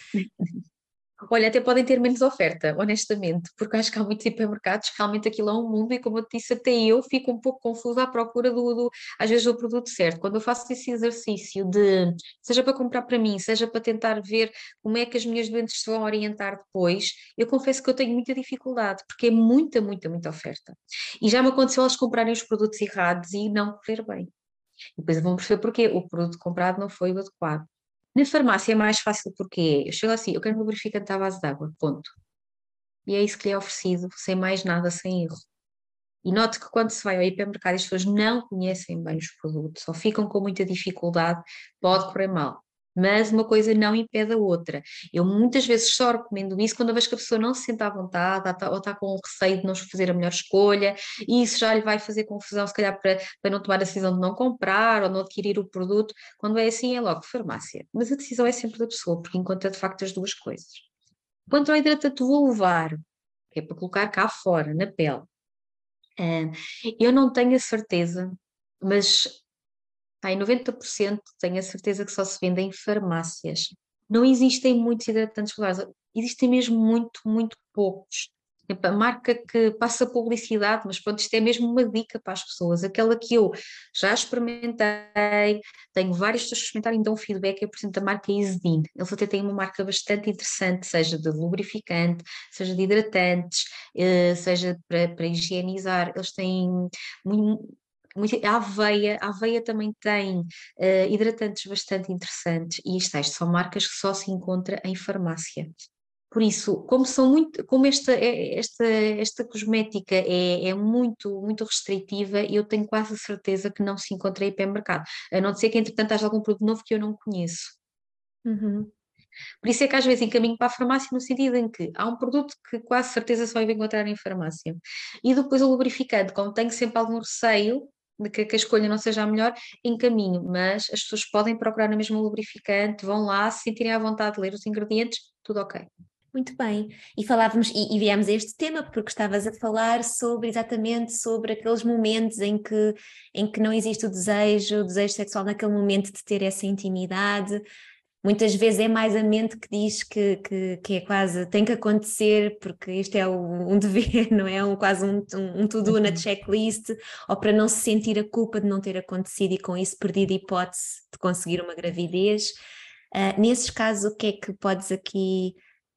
Olha, até podem ter menos oferta, honestamente, porque acho que há muitos hipermercados, realmente aquilo é um mundo e como eu te disse, até eu fico um pouco confusa à procura às vezes do produto certo. Quando eu faço esse exercício seja para comprar para mim, seja para tentar ver como é que as minhas doentes se vão orientar depois, eu confesso que eu tenho muita dificuldade, porque é muita, muita, muita oferta. E já me aconteceu elas comprarem os produtos errados e não correr bem. E depois vão perceber porquê, o produto comprado não foi o adequado. Na farmácia é mais fácil porque eu chego assim, eu quero um lubrificante à base de água, ponto. E é isso que lhe é oferecido, sem mais nada, sem erro. E note que quando se vai ao hipermercado e as pessoas não conhecem bem os produtos ou ficam com muita dificuldade, pode correr mal. Mas uma coisa não impede a outra. Eu muitas vezes só recomendo isso quando eu vejo que a pessoa não se sente à vontade ou está com receio de não fazer a melhor escolha, e isso já lhe vai fazer confusão, se calhar para não tomar a decisão de não comprar ou não adquirir o produto. Quando é assim, é logo farmácia. Mas a decisão é sempre da pessoa, porque encontra de facto as duas coisas. Quanto ao hidratante vulvar, que é para colocar cá fora, na pele, ah, eu não tenho a certeza, mas em 90% tenho a certeza que só se vende em farmácias. Não existem muitos hidratantes solares, existem mesmo muito, muito poucos. Tipo, a marca que passa publicidade, mas pronto, isto é mesmo uma dica para as pessoas. Aquela que eu já experimentei, tenho várias pessoas que experimentaram e dão feedback, é, por exemplo, da marca Isdin. Eles até têm uma marca bastante interessante, seja de lubrificante, seja de hidratantes, seja para higienizar. Eles têm a aveia também tem hidratantes bastante interessantes e estas são marcas que só se encontra em farmácia. Por isso, como esta cosmética é muito, muito restritiva, eu tenho quase a certeza que não se encontra em hipermercado, a não ser que entretanto haja algum produto novo que eu não conheço.
Uhum.
Por isso é que às vezes encaminho para a farmácia no sentido em que há um produto que quase certeza só vai encontrar em farmácia. E depois o lubrificante, como tenho sempre algum receio de que a escolha não seja a melhor, encaminho, mas as pessoas podem procurar na mesma lubrificante, vão lá, se sentirem à vontade de ler os ingredientes, tudo ok.
Muito bem. E falávamos, e viemos a este tema porque estavas a falar sobre exatamente sobre aqueles momentos em que não existe o desejo sexual naquele momento de ter essa intimidade. Muitas vezes é mais a mente que diz que é quase, tem que acontecer, porque isto é um dever, não é? Quase um to-do na
Uhum.
checklist, ou para não se sentir a culpa de não ter acontecido e com isso perder a hipótese de conseguir uma gravidez. Nesses casos, o que é que podes aqui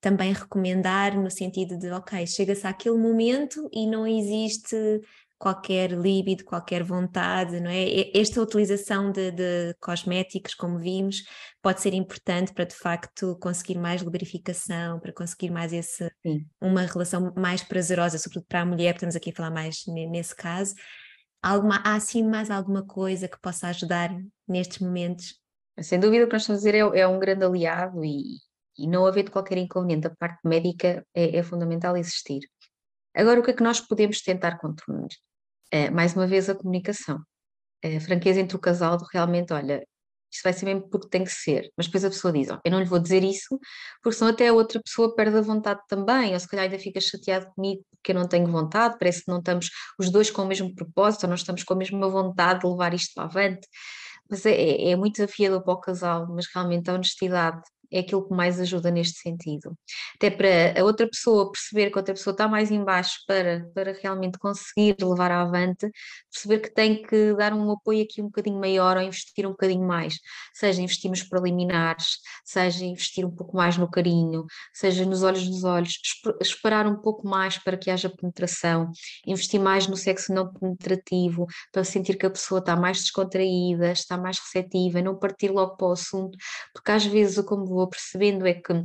também recomendar no sentido de, ok, chega-se àquele momento e não existe qualquer líbido, qualquer vontade, não é? Esta utilização de cosméticos, como vimos, pode ser importante para de facto conseguir mais lubrificação, para conseguir mais
Sim.
uma relação mais prazerosa, sobretudo para a mulher, estamos aqui a falar mais nesse caso. Há assim mais alguma coisa que possa ajudar nestes momentos?
Sem dúvida, o que nós estamos a dizer é um grande aliado e não havendo qualquer inconveniente, a parte médica é fundamental existir. Agora, o que é que nós podemos tentar contornar? Mais uma vez, a comunicação. A franqueza entre o casal, de realmente, olha, isto vai ser mesmo porque tem que ser. Mas depois a pessoa diz, eu não lhe vou dizer isso, porque senão até a outra pessoa perde a vontade também, ou se calhar ainda fica chateado comigo porque eu não tenho vontade, parece que não estamos os dois com o mesmo propósito, ou não estamos com a mesma vontade de levar isto para avante. Mas é muito desafiador para o casal, mas realmente a honestidade é aquilo que mais ajuda neste sentido. Até para a outra pessoa perceber que a outra pessoa está mais em baixo para realmente conseguir levar avante, perceber que tem que dar um apoio aqui um bocadinho maior ou investir um bocadinho mais, seja investir nos preliminares, seja investir um pouco mais no carinho, seja nos olhos dos olhos, esperar um pouco mais para que haja penetração, investir mais no sexo não penetrativo, para sentir que a pessoa está mais descontraída, está mais receptiva, não partir logo para o assunto, porque às vezes o como vou percebendo é que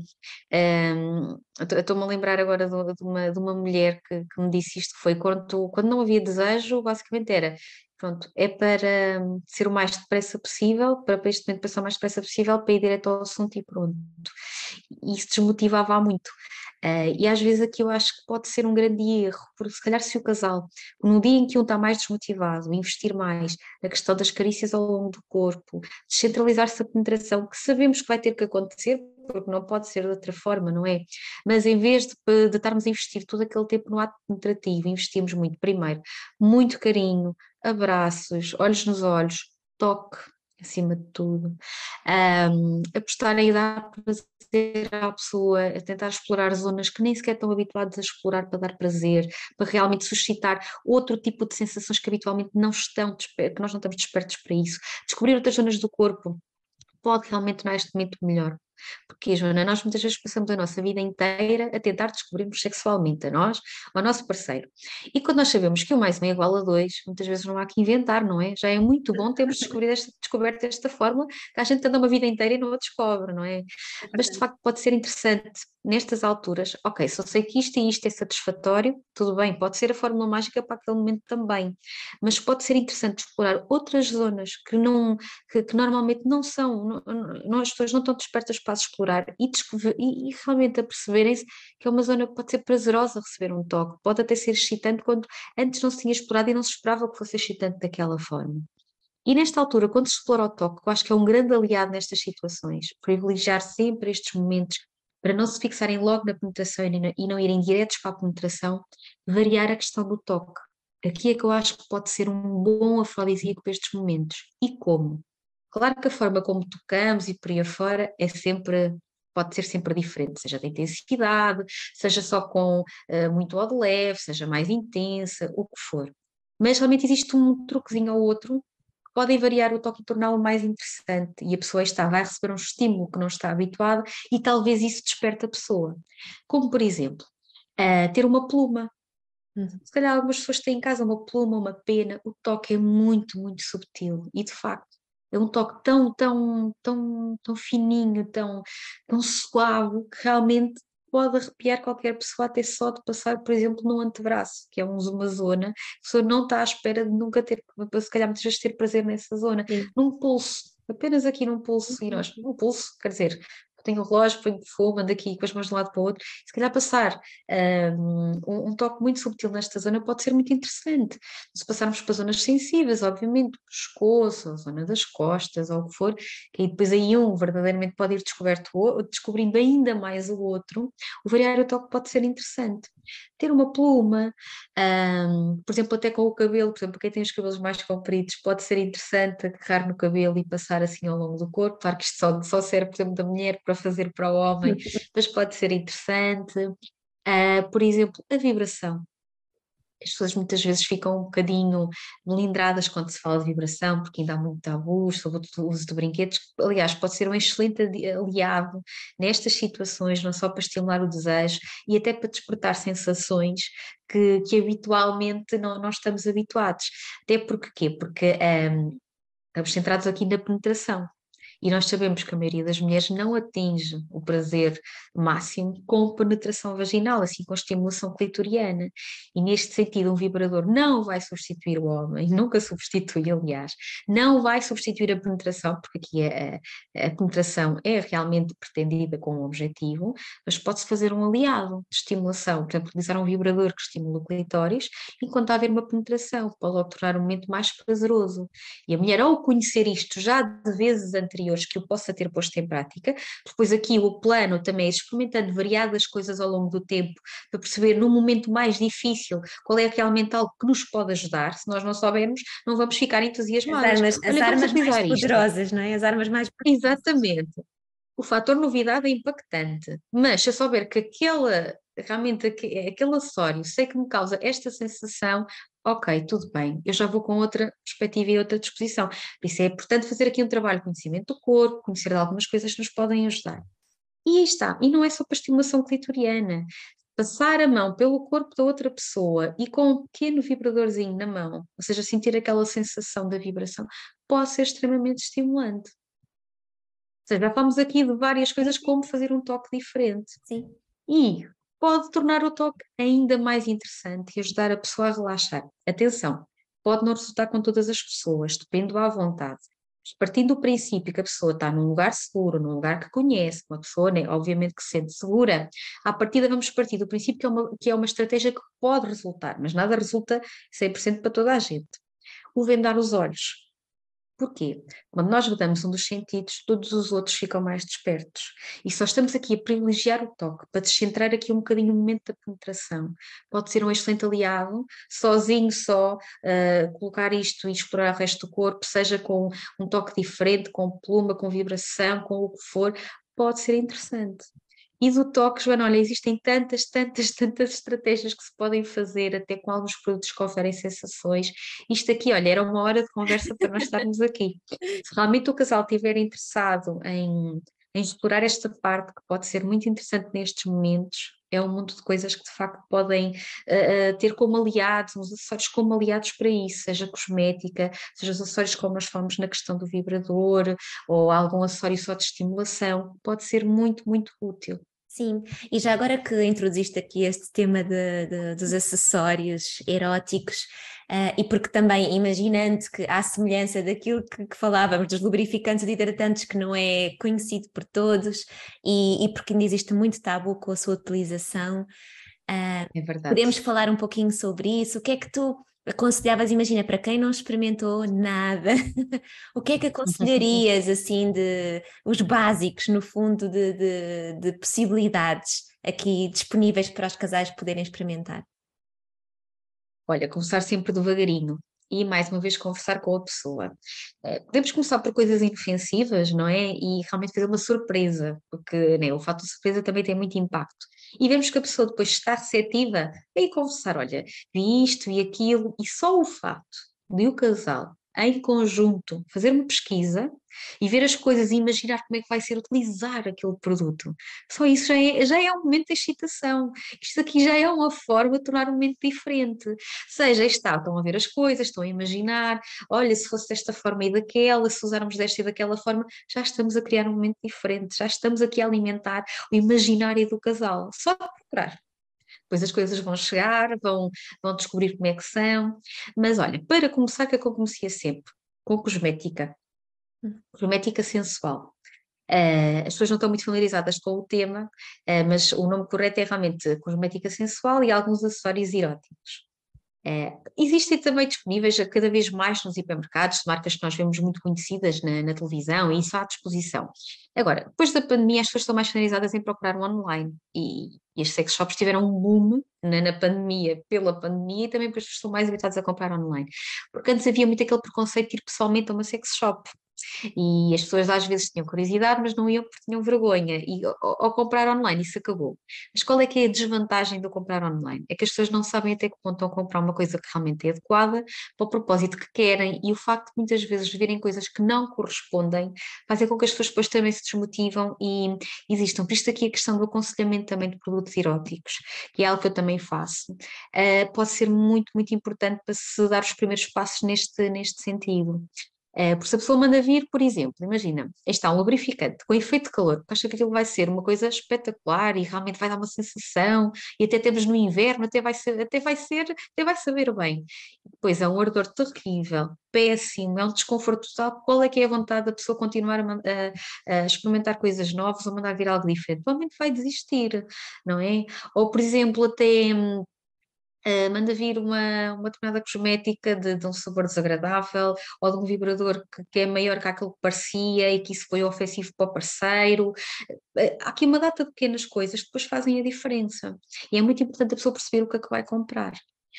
eu estou-me a lembrar agora de uma mulher que me disse isto, que foi quando não havia desejo, basicamente era, pronto, é para ser o mais depressa possível, para este momento passar o mais depressa possível, para ir direto ao assunto e pronto. E isso desmotivava muito. E às vezes aqui eu acho que pode ser um grande erro, porque se calhar se o casal, no dia em que um está mais desmotivado, investir mais na questão das carícias ao longo do corpo, descentralizar-se a penetração, que sabemos que vai ter que acontecer, porque não pode ser de outra forma, não é? Mas em vez de estarmos a investir todo aquele tempo no ato penetrativo, investimos muito, primeiro, muito carinho, abraços, olhos nos olhos, toque, acima de tudo, apostar em dar prazer à pessoa, a tentar explorar zonas que nem sequer estão habituados a explorar para dar prazer, para realmente suscitar outro tipo de sensações que habitualmente não estão, que nós não estamos despertos para isso. Descobrir outras zonas do corpo pode realmente tornar este momento melhor. Porque, Joana, nós muitas vezes passamos a nossa vida inteira a tentar descobrirmos sexualmente a nós, ao nosso parceiro. E quando nós sabemos que 1 + 1 = 2, muitas vezes não há que inventar, não é? Já é muito bom termos descoberto esta fórmula que a gente anda uma vida inteira e não a descobre, não é?
É
Mas de
verdade.
facto pode ser interessante nestas alturas. Ok, só sei que isto e isto é satisfatório, tudo bem, pode ser a fórmula mágica para aquele momento também, mas pode ser interessante explorar outras zonas que não que normalmente não são, as pessoas não estão despertas para as explorar e realmente a perceberem-se que é uma zona que pode ser prazerosa receber um toque, pode até ser excitante quando antes não se tinha explorado e não se esperava que fosse excitante daquela forma. E nesta altura, quando se explora o toque, eu acho que é um grande aliado nestas situações, privilegiar sempre estes momentos para não se fixarem logo na penetração e não irem diretos para a penetração, variar a questão do toque. Aqui é que eu acho que pode ser um bom afrodisíaco para estes momentos. E como? Claro que a forma como tocamos e por aí afora pode ser sempre diferente, seja de intensidade, seja só com muito ao de leve, seja mais intensa, o que for. Mas realmente existe um truquezinho ou outro que podem variar o toque e torná-lo mais interessante e a pessoa vai receber um estímulo que não está habituada e talvez isso desperte a pessoa. Como, por exemplo, ter uma pluma.
Uhum.
Se calhar algumas pessoas têm em casa uma pluma, uma pena, o toque é muito, muito subtil e de facto é um toque tão, tão, tão, tão fininho, tão suave que realmente pode arrepiar qualquer pessoa até só de passar, por exemplo, no antebraço, que é uma zona que a pessoa não está à espera de nunca ter, se calhar muitas vezes ter prazer nessa zona,
Sim.
num pulso. Apenas aqui num pulso, e nós, num pulso, quer dizer, tenho o relógio, ponho perfume, ando aqui com as mãos de um lado para o outro, se calhar passar um toque muito subtil nesta zona pode ser muito interessante. Se passarmos para zonas sensíveis, obviamente, pescoço, a zona das costas, ou o que for, que aí depois aí um verdadeiramente pode ir descobrindo ainda mais o outro, o variar o toque pode ser interessante. Ter uma pluma, por exemplo, até com o cabelo, por exemplo, quem tem os cabelos mais compridos, pode ser interessante agarrar no cabelo e passar assim ao longo do corpo. Claro que isto só serve, por exemplo, da mulher para fazer para o homem, mas pode ser interessante. Por exemplo, a vibração. as pessoas muitas vezes ficam um bocadinho melindradas quando se fala de vibração, porque ainda há muito tabu sobre o uso de brinquedos, que, aliás, pode ser um excelente aliado nestas situações, não só para estimular o desejo e até para despertar sensações que habitualmente não estamos habituados. Até porque quê? Porque estamos centrados aqui na penetração. E nós sabemos que a maioria das mulheres não atinge o prazer máximo com penetração vaginal, assim com estimulação clitoriana. E neste sentido, um vibrador não vai substituir o homem, nunca substitui, aliás, não vai substituir a penetração, porque aqui a penetração é realmente pretendida com um objetivo, mas pode-se fazer um aliado de estimulação, por exemplo, utilizar um vibrador que estimula o clitóris, enquanto haver uma penetração, pode logo tornar o momento mais prazeroso. E a mulher, ao conhecer isto já de vezes anteriores, que o possa ter posto em prática, depois aqui o plano também é experimentando variadas coisas ao longo do tempo, para perceber no momento mais difícil qual é realmente algo que nos pode ajudar. Se nós não soubermos, não vamos ficar entusiasmadas.
As
Olha, vamos
armas mais
utilizar isto.
poderosas, não é? As armas mais poderosas.
Exatamente. O fator novidade é impactante, mas se eu souber que realmente aquele acessório, sei que me causa esta sensação, ok, tudo bem, eu já vou com outra perspectiva e outra disposição. Por isso é importante fazer aqui um trabalho de conhecimento do corpo, conhecer de algumas coisas que nos podem ajudar. E aí está, e não é só para estimulação clitoriana. Passar a mão pelo corpo da outra pessoa e com um pequeno vibradorzinho na mão, ou seja, sentir aquela sensação da vibração, pode ser extremamente estimulante. Ou seja, já falamos aqui de várias
Sim,
coisas como fazer um toque diferente.
sim.
E pode tornar o toque ainda mais interessante e ajudar a pessoa a relaxar. Atenção, pode não resultar com todas as pessoas, depende à vontade. Mas partindo do princípio que a pessoa está num lugar seguro, num lugar que conhece, uma pessoa, né, obviamente que se sente segura, à partida vamos partir do princípio que é uma estratégia que pode resultar, mas nada resulta 100% para toda a gente. O vendar os olhos. Porquê? Quando nós vedamos um dos sentidos, todos os outros ficam mais despertos. E só estamos aqui a privilegiar o toque, para descentrar aqui um bocadinho o momento da penetração. Pode ser um excelente aliado, sozinho só, colocar isto e explorar o resto do corpo, seja com um toque diferente, com pluma, com vibração, com o que for, pode ser interessante. E do toque, Joana, olha, existem tantas estratégias que se podem fazer, até com alguns produtos que oferem sensações. Isto aqui, olha, era uma hora de conversa para nós estarmos aqui. Se realmente o casal estiver interessado em explorar esta parte, que pode ser muito interessante nestes momentos, é um mundo de coisas que de facto podem ter como aliados, uns acessórios como aliados para isso, seja cosmética, seja os acessórios como nós falamos na questão do vibrador, ou algum acessório só de estimulação, pode ser muito útil.
Sim, e já agora que introduziste aqui este tema dos acessórios eróticos, e porque também imaginando que à semelhança daquilo que falávamos dos lubrificantes e hidratantes que não é conhecido por todos e porque ainda existe muito tabu com a sua utilização,
É verdade.
podemos falar um pouquinho sobre isso? O que é que tu aconselhavas, imagina, para quem não experimentou nada, o que é que aconselharias, assim, de os básicos, no fundo, de possibilidades aqui disponíveis para os casais poderem experimentar?
Olha, começar sempre devagarinho e mais uma vez conversar com a pessoa. Podemos começar por coisas inofensivas, não é? E realmente fazer uma surpresa, porque né, o fato de surpresa também tem muito impacto. E vemos que a pessoa depois está receptiva, aí conversar, olha, vi isto e aquilo, e só o facto de o casal, em conjunto, fazer uma pesquisa e ver as coisas e imaginar como é que vai ser utilizar aquele produto. Só isso já é um momento de excitação. Isto aqui já é uma forma de tornar o momento diferente. Seja, aí está, estão a ver as coisas, estão a imaginar, olha, se fosse desta forma e daquela, se usarmos desta e daquela forma, já estamos a criar um momento diferente, já estamos aqui a alimentar o imaginário do casal. Só de procurar. Depois as coisas vão chegar, vão descobrir como é que são. Mas olha, para começar, o que é que eu comecei sempre? Com cosmética. Cosmética sensual. As pessoas não estão muito familiarizadas com o tema, mas o nome correto é realmente cosmética sensual e alguns acessórios eróticos. Existem também disponíveis cada vez mais nos hipermercados, marcas que nós vemos muito conhecidas na televisão e isso à disposição. Agora, depois da pandemia, as pessoas estão mais familiarizadas em procurar o online e as sex shops tiveram um boom na pandemia, pela pandemia e também porque as pessoas estão mais habituadas a comprar online. Porque antes havia muito aquele preconceito de ir pessoalmente a uma sex shop. E as pessoas às vezes tinham curiosidade, mas não iam porque tinham vergonha. E ao comprar online, isso acabou. Mas qual é que é a desvantagem do comprar online? É que as pessoas não sabem até que ponto estão a comprar uma coisa que realmente é adequada para o propósito que querem, e o facto de muitas vezes verem coisas que não correspondem fazem com que as pessoas depois também se desmotivam e existam. Por isto aqui a questão do aconselhamento também de produtos eróticos, que é algo que eu também faço, pode ser muito, muito importante para se dar os primeiros passos neste sentido. Porque se a pessoa manda vir, por exemplo, imagina, aí está um lubrificante com efeito de calor, que acha que aquilo vai ser uma coisa espetacular e realmente vai dar uma sensação, e até temos no inverno, até vai saber bem. Depois é um ardor terrível, péssimo, é um desconforto total. Qual é que é a vontade da pessoa continuar a experimentar coisas novas ou mandar vir algo diferente? Provavelmente vai desistir, não é? Ou, por exemplo, até manda vir uma determinada cosmética de um sabor desagradável, ou de um vibrador que é maior que aquilo que parecia e que isso foi ofensivo para o parceiro. Há aqui uma data de pequenas coisas que depois fazem a diferença. E é muito importante a pessoa perceber o que é que vai comprar.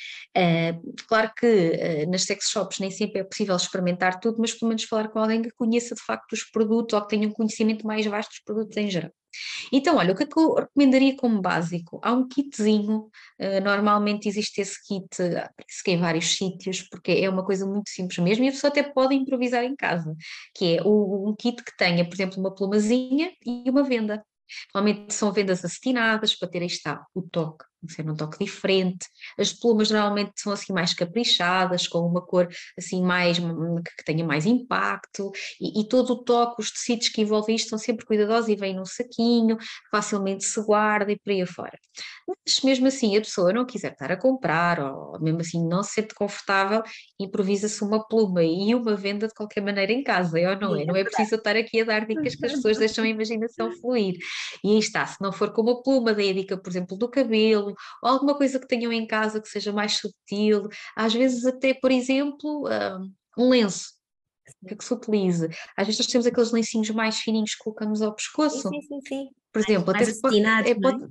Claro que nas sex shops nem sempre é possível experimentar tudo, mas pelo menos falar com alguém que conheça de facto os produtos ou que tenha um conhecimento mais vasto dos produtos em geral. Então, olha, o que é que eu recomendaria como básico? Há um kitzinho, normalmente existe esse kit, parece que em vários sítios, porque é uma coisa muito simples mesmo e a pessoa até pode improvisar em casa, que é um kit que tenha, por exemplo, uma plumazinha e uma venda. Normalmente são vendas acetinadas para ter, aí está, o toque, tem que ser um toque diferente. As plumas normalmente são assim mais caprichadas, com uma cor assim mais, que tenha mais impacto, e todo o toque, os tecidos que envolvem isto são sempre cuidadosos e vêm num saquinho, facilmente se guarda e por aí afora. Mas mesmo assim a pessoa não quiser estar a comprar, ou mesmo assim não se sente confortável, improvisa-se uma pluma e uma venda de qualquer maneira em casa, é ou não
Sim,
é?
é
Não é
verdade.
preciso estar aqui a dar dicas que as pessoas deixam a imaginação fluir. E aí está, se não for com uma pluma, dei a dica, por exemplo, do cabelo, ou alguma coisa que tenham em casa que seja mais sutil, às vezes até, por exemplo, um lenço que se utilize. Às vezes nós temos aqueles lencinhos mais fininhos que colocamos ao
Sim,
pescoço,
sim, sim, sim.
por exemplo, até
Mais
se pode,
acetinados, não é?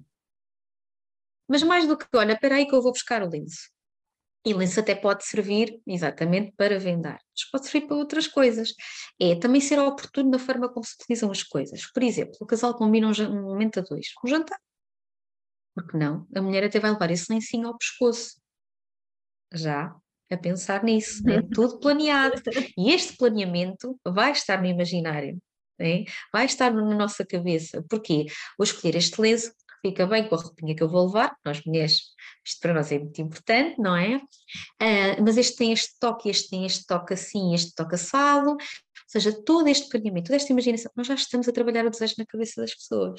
mas mais do que, olha, espera aí que eu vou buscar o lenço. E o lenço até pode servir exatamente para vendar, mas pode servir para outras coisas. É também ser oportuno na forma como se utilizam as coisas. Por exemplo, o casal combina um momento a dois, um jantar. Porque não? A mulher até vai levar esse lencinho ao pescoço, já a pensar nisso, é tudo planeado. E este planeamento vai estar no imaginário, né? Vai estar na nossa cabeça. Porquê? Vou escolher este lenço que fica bem com a roupinha que eu vou levar, nós mulheres, isto para nós é muito importante, não é? Mas este tem este toque, este tem este toque assim, este toque assado, ou seja, todo este planeamento, toda esta imaginação, nós já estamos a trabalhar o desejo na cabeça das pessoas.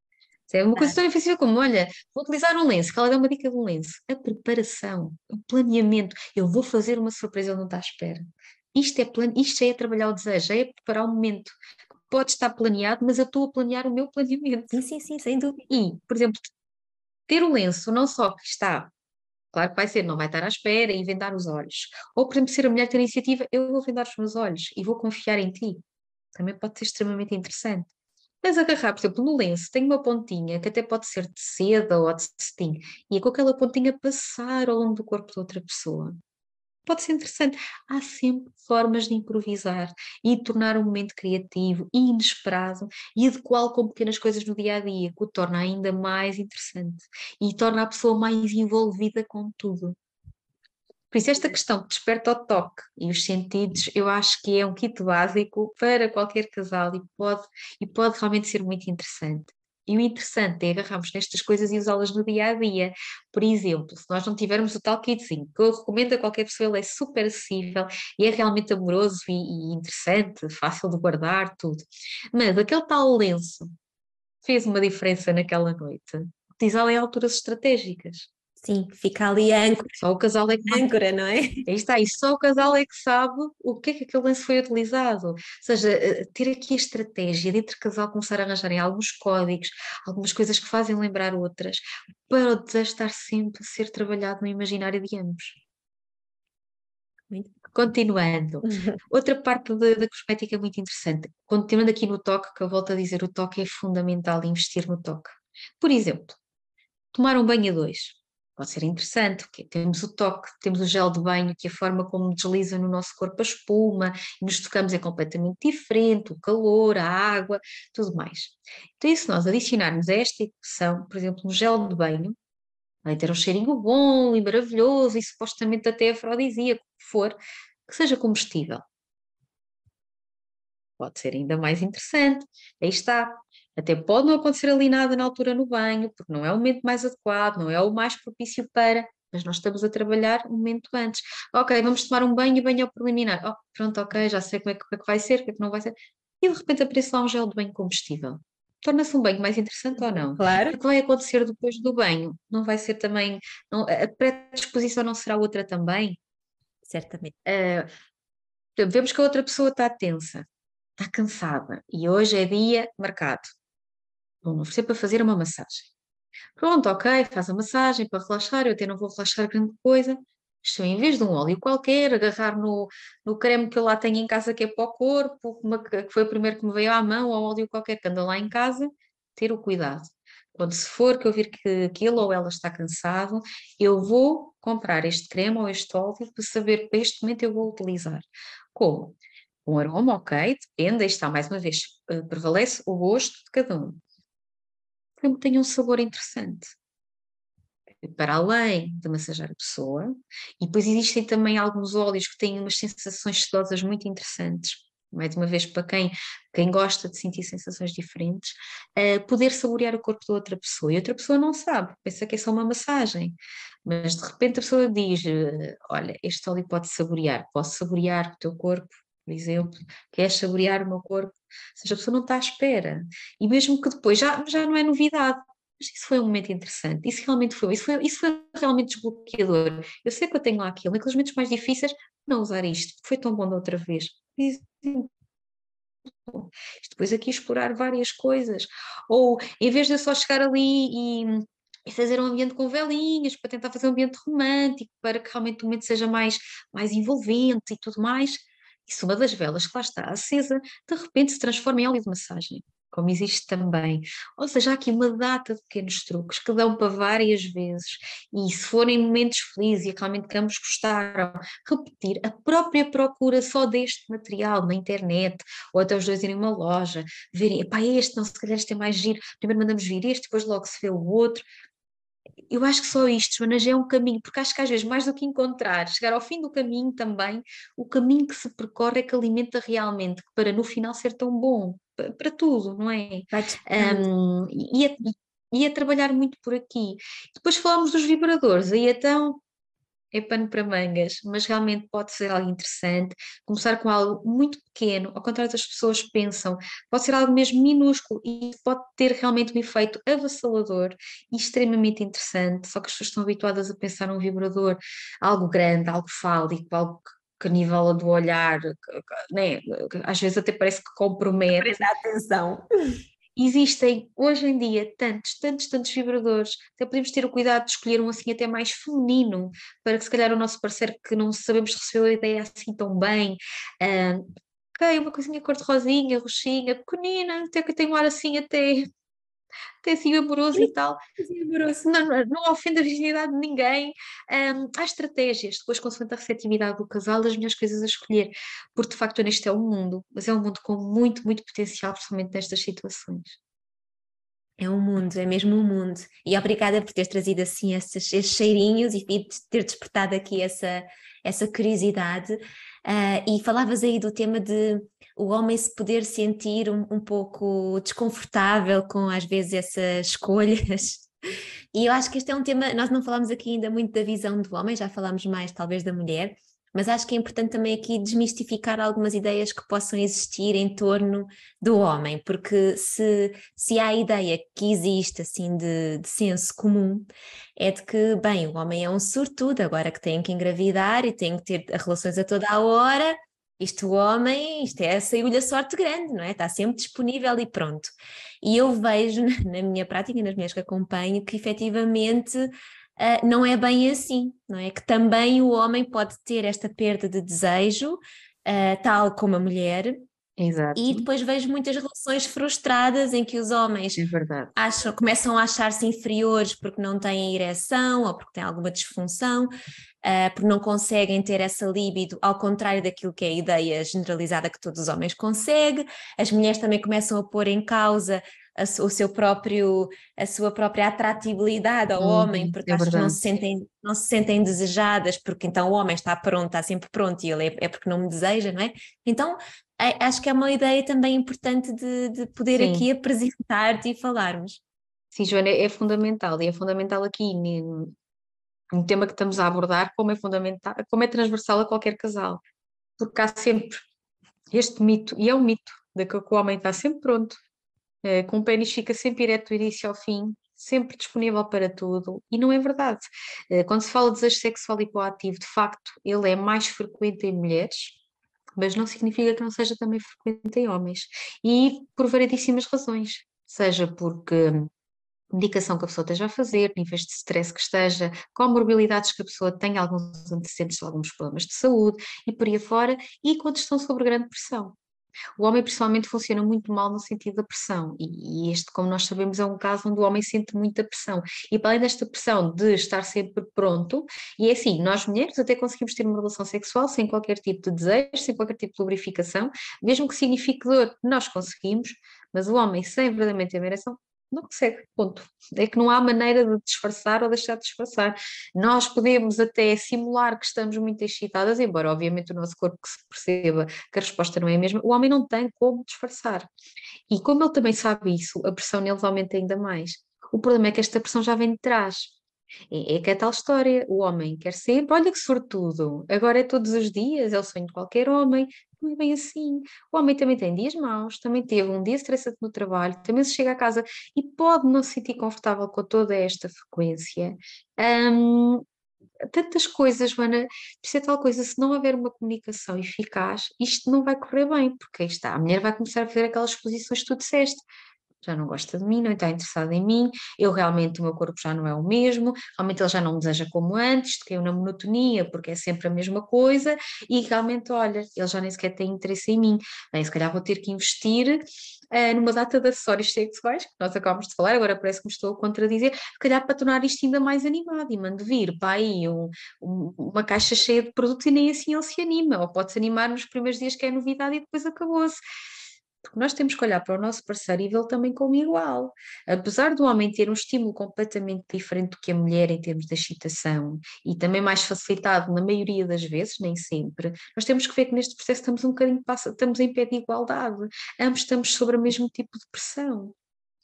É uma coisa tão difícil como, olha, vou utilizar um lenço, que ela dá uma dica de um lenço. A preparação, o planeamento. Eu vou fazer uma surpresa, ele não está à espera. Isto já é trabalhar o desejo, já é preparar o momento. Pode estar planeado, mas eu estou a planear o meu planeamento.
Sim, sim, sim, sem dúvida.
E, por exemplo, ter o lenço, não só que está, claro que vai ser, não vai estar à espera e vendar os olhos. Ou, por exemplo, ser a mulher que tem a iniciativa, eu vou vendar os meus olhos e vou confiar em ti. Também pode ser extremamente interessante. Mas agarrar, por exemplo, no lenço, tem uma pontinha que até pode ser de seda ou de cetim, e é com aquela pontinha passar ao longo do corpo de outra pessoa. Pode ser interessante. Há sempre formas de improvisar e tornar um momento criativo e inesperado e adequá-lo com pequenas coisas no dia a dia, que o torna ainda mais interessante e torna a pessoa mais envolvida com tudo. Por isso, esta questão que desperta o toque e os sentidos, eu acho que é um kit básico para qualquer casal e pode realmente ser muito interessante. E o interessante é agarrarmos nestas coisas e usá-las no dia a dia. Por exemplo, se nós não tivermos o tal kitzinho, que eu recomendo a qualquer pessoa, ele é super acessível e é realmente amoroso e interessante, fácil de guardar, tudo. Mas aquele tal lenço fez uma diferença naquela noite. Utilizá-lo em alturas estratégicas.
Sim, fica ali a
Só o casal é que
âncora, não é?
aí está, e só o casal é que sabe o que é que aquele lenço foi utilizado. Ou seja, ter aqui a estratégia de entre casal começar a arranjarem alguns códigos, algumas coisas que fazem lembrar outras, para o desejo estar sempre a ser trabalhado no imaginário de ambos.
Muito.
Continuando, outra parte da cosmética muito interessante, continuando aqui no toque, que eu volto a dizer, o toque é fundamental, investir no toque. Por exemplo, tomar um banho a dois. Pode ser interessante, porque temos o toque, temos o gel de banho, que a forma como desliza no nosso corpo a espuma, e nos tocamos é completamente diferente, o calor, a água, tudo mais. Então, e se nós adicionarmos a esta equação, por exemplo, no gel de banho, vai ter um cheirinho bom e maravilhoso e supostamente até afrodisíaco, o que for, que seja comestível. Pode ser ainda mais interessante. Aí está. Até pode não acontecer ali nada na altura no banho, porque não é o momento mais adequado, não é o mais propício para, mas nós estamos a trabalhar um momento antes. Ok, vamos tomar um banho e banho ao preliminar. Oh, pronto, ok, já sei como é que vai ser, o que é que não vai ser. E de repente aparece lá um gel de banho combustível. Torna-se um banho mais interessante ou não? E o
Claro,
que vai acontecer depois do banho? Não vai ser também. A predisposição não será outra também?
certamente.
Ah, vemos que a outra pessoa está tensa, está cansada e hoje é dia marcado. Vão oferecer para fazer uma massagem. Pronto, ok, faz a massagem para relaxar, eu até não vou relaxar grande coisa. Mas se eu, em vez de um óleo qualquer, agarrar no creme que eu lá tenho em casa que é para o corpo, que foi o primeiro que me veio à mão, ou óleo qualquer que anda lá em casa, ter o cuidado. Quando se for que eu vir que ele ou ela está cansado, eu vou comprar este creme ou este óleo para saber que para este momento eu vou utilizar. Como? Um aroma, ok, depende, aí está, mais uma vez, prevalece o gosto de cada um. Que tenha um sabor interessante, para além de massajar a pessoa, e depois existem também alguns óleos que têm umas sensações sedosas muito interessantes. Mais uma vez, para quem gosta de sentir sensações diferentes, poder saborear o corpo da outra pessoa. E outra pessoa não sabe, pensa que é só uma massagem. Mas de repente a pessoa diz: Olha, este óleo pode saborear, posso saborear o teu corpo, por exemplo, queres saborear o meu corpo? Ou seja, a pessoa não está à espera. E mesmo que depois já não é novidade. Mas isso foi um momento interessante, isso foi realmente desbloqueador. Eu sei que eu tenho lá aquilo, naqueles momentos mais difíceis, não usar isto, porque foi tão bom da outra vez. Por exemplo, isto depois aqui explorar várias coisas. Ou em vez de eu só chegar ali e fazer um ambiente com velinhas, para tentar fazer um ambiente romântico, para que realmente o momento seja mais envolvente e tudo mais. E se uma das velas que lá está acesa, de repente se transforma em óleo de massagem, como existe também. Ou seja, há aqui uma data de pequenos truques que dão para várias vezes. E se forem momentos felizes e realmente que ambos gostaram, repetir a própria procura só deste material na internet, ou até os dois irem a uma loja, verem, epá, este, não, se calhar este é mais giro, primeiro mandamos vir este, depois logo se vê o outro. Eu acho que só isto, Joana, já é um caminho, porque acho que às vezes mais do que encontrar, chegar ao fim do caminho também, o caminho que se percorre é que alimenta realmente, para no final ser tão bom, para tudo, não é?
Vai despertando.
E a trabalhar muito por aqui. Depois falámos dos vibradores, aí então é pano para mangas, mas realmente pode ser algo interessante. Começar com algo muito pequeno, ao contrário das pessoas pensam, pode ser algo mesmo minúsculo e pode ter realmente um efeito avassalador e extremamente interessante. Só que as pessoas estão habituadas a pensar num vibrador algo grande, algo fálico, algo que nivela do olhar, né? Às vezes até parece que compromete.
Prenda atenção.
Existem hoje em dia tantos vibradores, até podemos ter o cuidado de escolher um assim até mais feminino, para que se calhar o nosso parceiro que não sabemos se recebeu a ideia assim tão bem, ah, ok, uma coisinha cor-de-rosinha, roxinha, pequenina, até que tem um ar assim até assim amoroso e tal,
Amoroso.
não ofende a virginidade de ninguém. Há estratégias, depois, consoante a receptividade do casal, das melhores coisas a escolher, porque de facto este é um mundo, mas é um mundo com muito potencial, principalmente nestas situações.
É um mundo, é mesmo um mundo. E obrigada por teres trazido assim esses cheirinhos e ter despertado aqui essa curiosidade. E falavas aí do tema de o homem se poder sentir um pouco desconfortável com às vezes essas escolhas. E eu acho que este é um tema, nós não falamos aqui ainda muito da visão do homem, já falámos mais talvez da mulher, mas acho que é importante também aqui desmistificar algumas ideias que possam existir em torno do homem, porque se há a ideia que existe assim de senso comum, é de que, bem, o homem é um sortudo, agora que tem que engravidar e tem que ter relações a toda a hora, isto o homem, isto é, saiu-lhe a sorte grande, não é? Está sempre disponível e pronto. E eu vejo na minha prática, nas mulheres que acompanho, que efetivamente não é bem assim, não é? Que também o homem pode ter esta perda de desejo, tal como a mulher, E
Exato,
depois vejo muitas relações frustradas em que os homens
é verdade.
começam a achar-se inferiores porque não têm ereção ou porque têm alguma disfunção, porque não conseguem ter essa libido, ao contrário daquilo que é a ideia generalizada que todos os homens conseguem. As mulheres também começam a pôr em causa a sua própria atratividade ao homem, porque
É
acham que
verdade.
não se sentem desejadas, porque então o homem está pronto, está sempre pronto e ele é porque não me deseja, não é? Então acho que é uma ideia também importante de poder aqui
Sim,
apresentar-te e falarmos.
sim, Joana, é fundamental, e é fundamental aqui no tema que estamos a abordar, como é fundamental, como é transversal a qualquer casal, porque há sempre este mito, e é um mito, de que o homem está sempre pronto, com o pênis fica sempre ereto do início ao fim, sempre disponível para tudo, e não é verdade. Quando se fala de desejo sexual hipoativo, de facto, ele é mais frequente em mulheres, mas não significa que não seja também frequente em homens, e por variedíssimas razões, seja porque medicação que a pessoa esteja a fazer, níveis de stress que esteja, comorbilidades que a pessoa tenha, alguns antecedentes de alguns problemas de saúde e por aí afora, e quando estão sob grande pressão. O homem principalmente funciona muito mal no sentido da pressão, e este, como nós sabemos, é um caso onde o homem sente muita pressão. E para além desta pressão de estar sempre pronto, e é assim, nós mulheres até conseguimos ter uma relação sexual sem qualquer tipo de desejo, sem qualquer tipo de lubrificação, mesmo que signifique dor, nós conseguimos, mas o homem sem verdadeiramente ter ereção não consegue, ponto. É que não há maneira de disfarçar ou deixar de disfarçar. Nós podemos até simular que estamos muito excitadas, embora obviamente o nosso corpo que se perceba que a resposta não é a mesma, o homem não tem como disfarçar. E como ele também sabe isso, a pressão neles aumenta ainda mais. O problema é que esta pressão já vem de trás. É que é tal história, o homem quer sempre, olha que sortudo, agora é todos os dias, é o sonho de qualquer homem, não é bem assim. O homem também tem dias maus, também teve um dia estressante no trabalho, também se chega a casa e pode não se sentir confortável com toda esta frequência. Hum, Tantas coisas, Joana, isso é tal coisa, se não houver uma comunicação eficaz, isto não vai correr bem, porque aí está, a mulher vai começar a fazer aquelas posições que tu disseste, já não gosta de mim, não está interessada em mim, eu realmente, o meu corpo já não é o mesmo, realmente ele já não me deseja como antes, caiu na monotonia, porque é sempre a mesma coisa, e realmente, olha, ele já nem sequer tem interesse em mim, bem, se calhar vou ter que investir numa data de acessórios sexuais, que nós acabamos de falar, agora parece que me estou a contradizer, se calhar para tornar isto ainda mais animado, e mando vir para aí uma caixa cheia de produtos e nem assim ele se anima, ou pode-se animar nos primeiros dias que é novidade e depois acabou-se. Porque nós temos que olhar para o nosso parceiro e vê-lo também como igual. Apesar do homem ter um estímulo completamente diferente do que a mulher em termos de excitação e também mais facilitado na maioria das vezes, nem sempre, nós temos que ver que neste processo estamos um bocadinho, estamos em pé de igualdade. Ambos estamos sobre o mesmo tipo de pressão.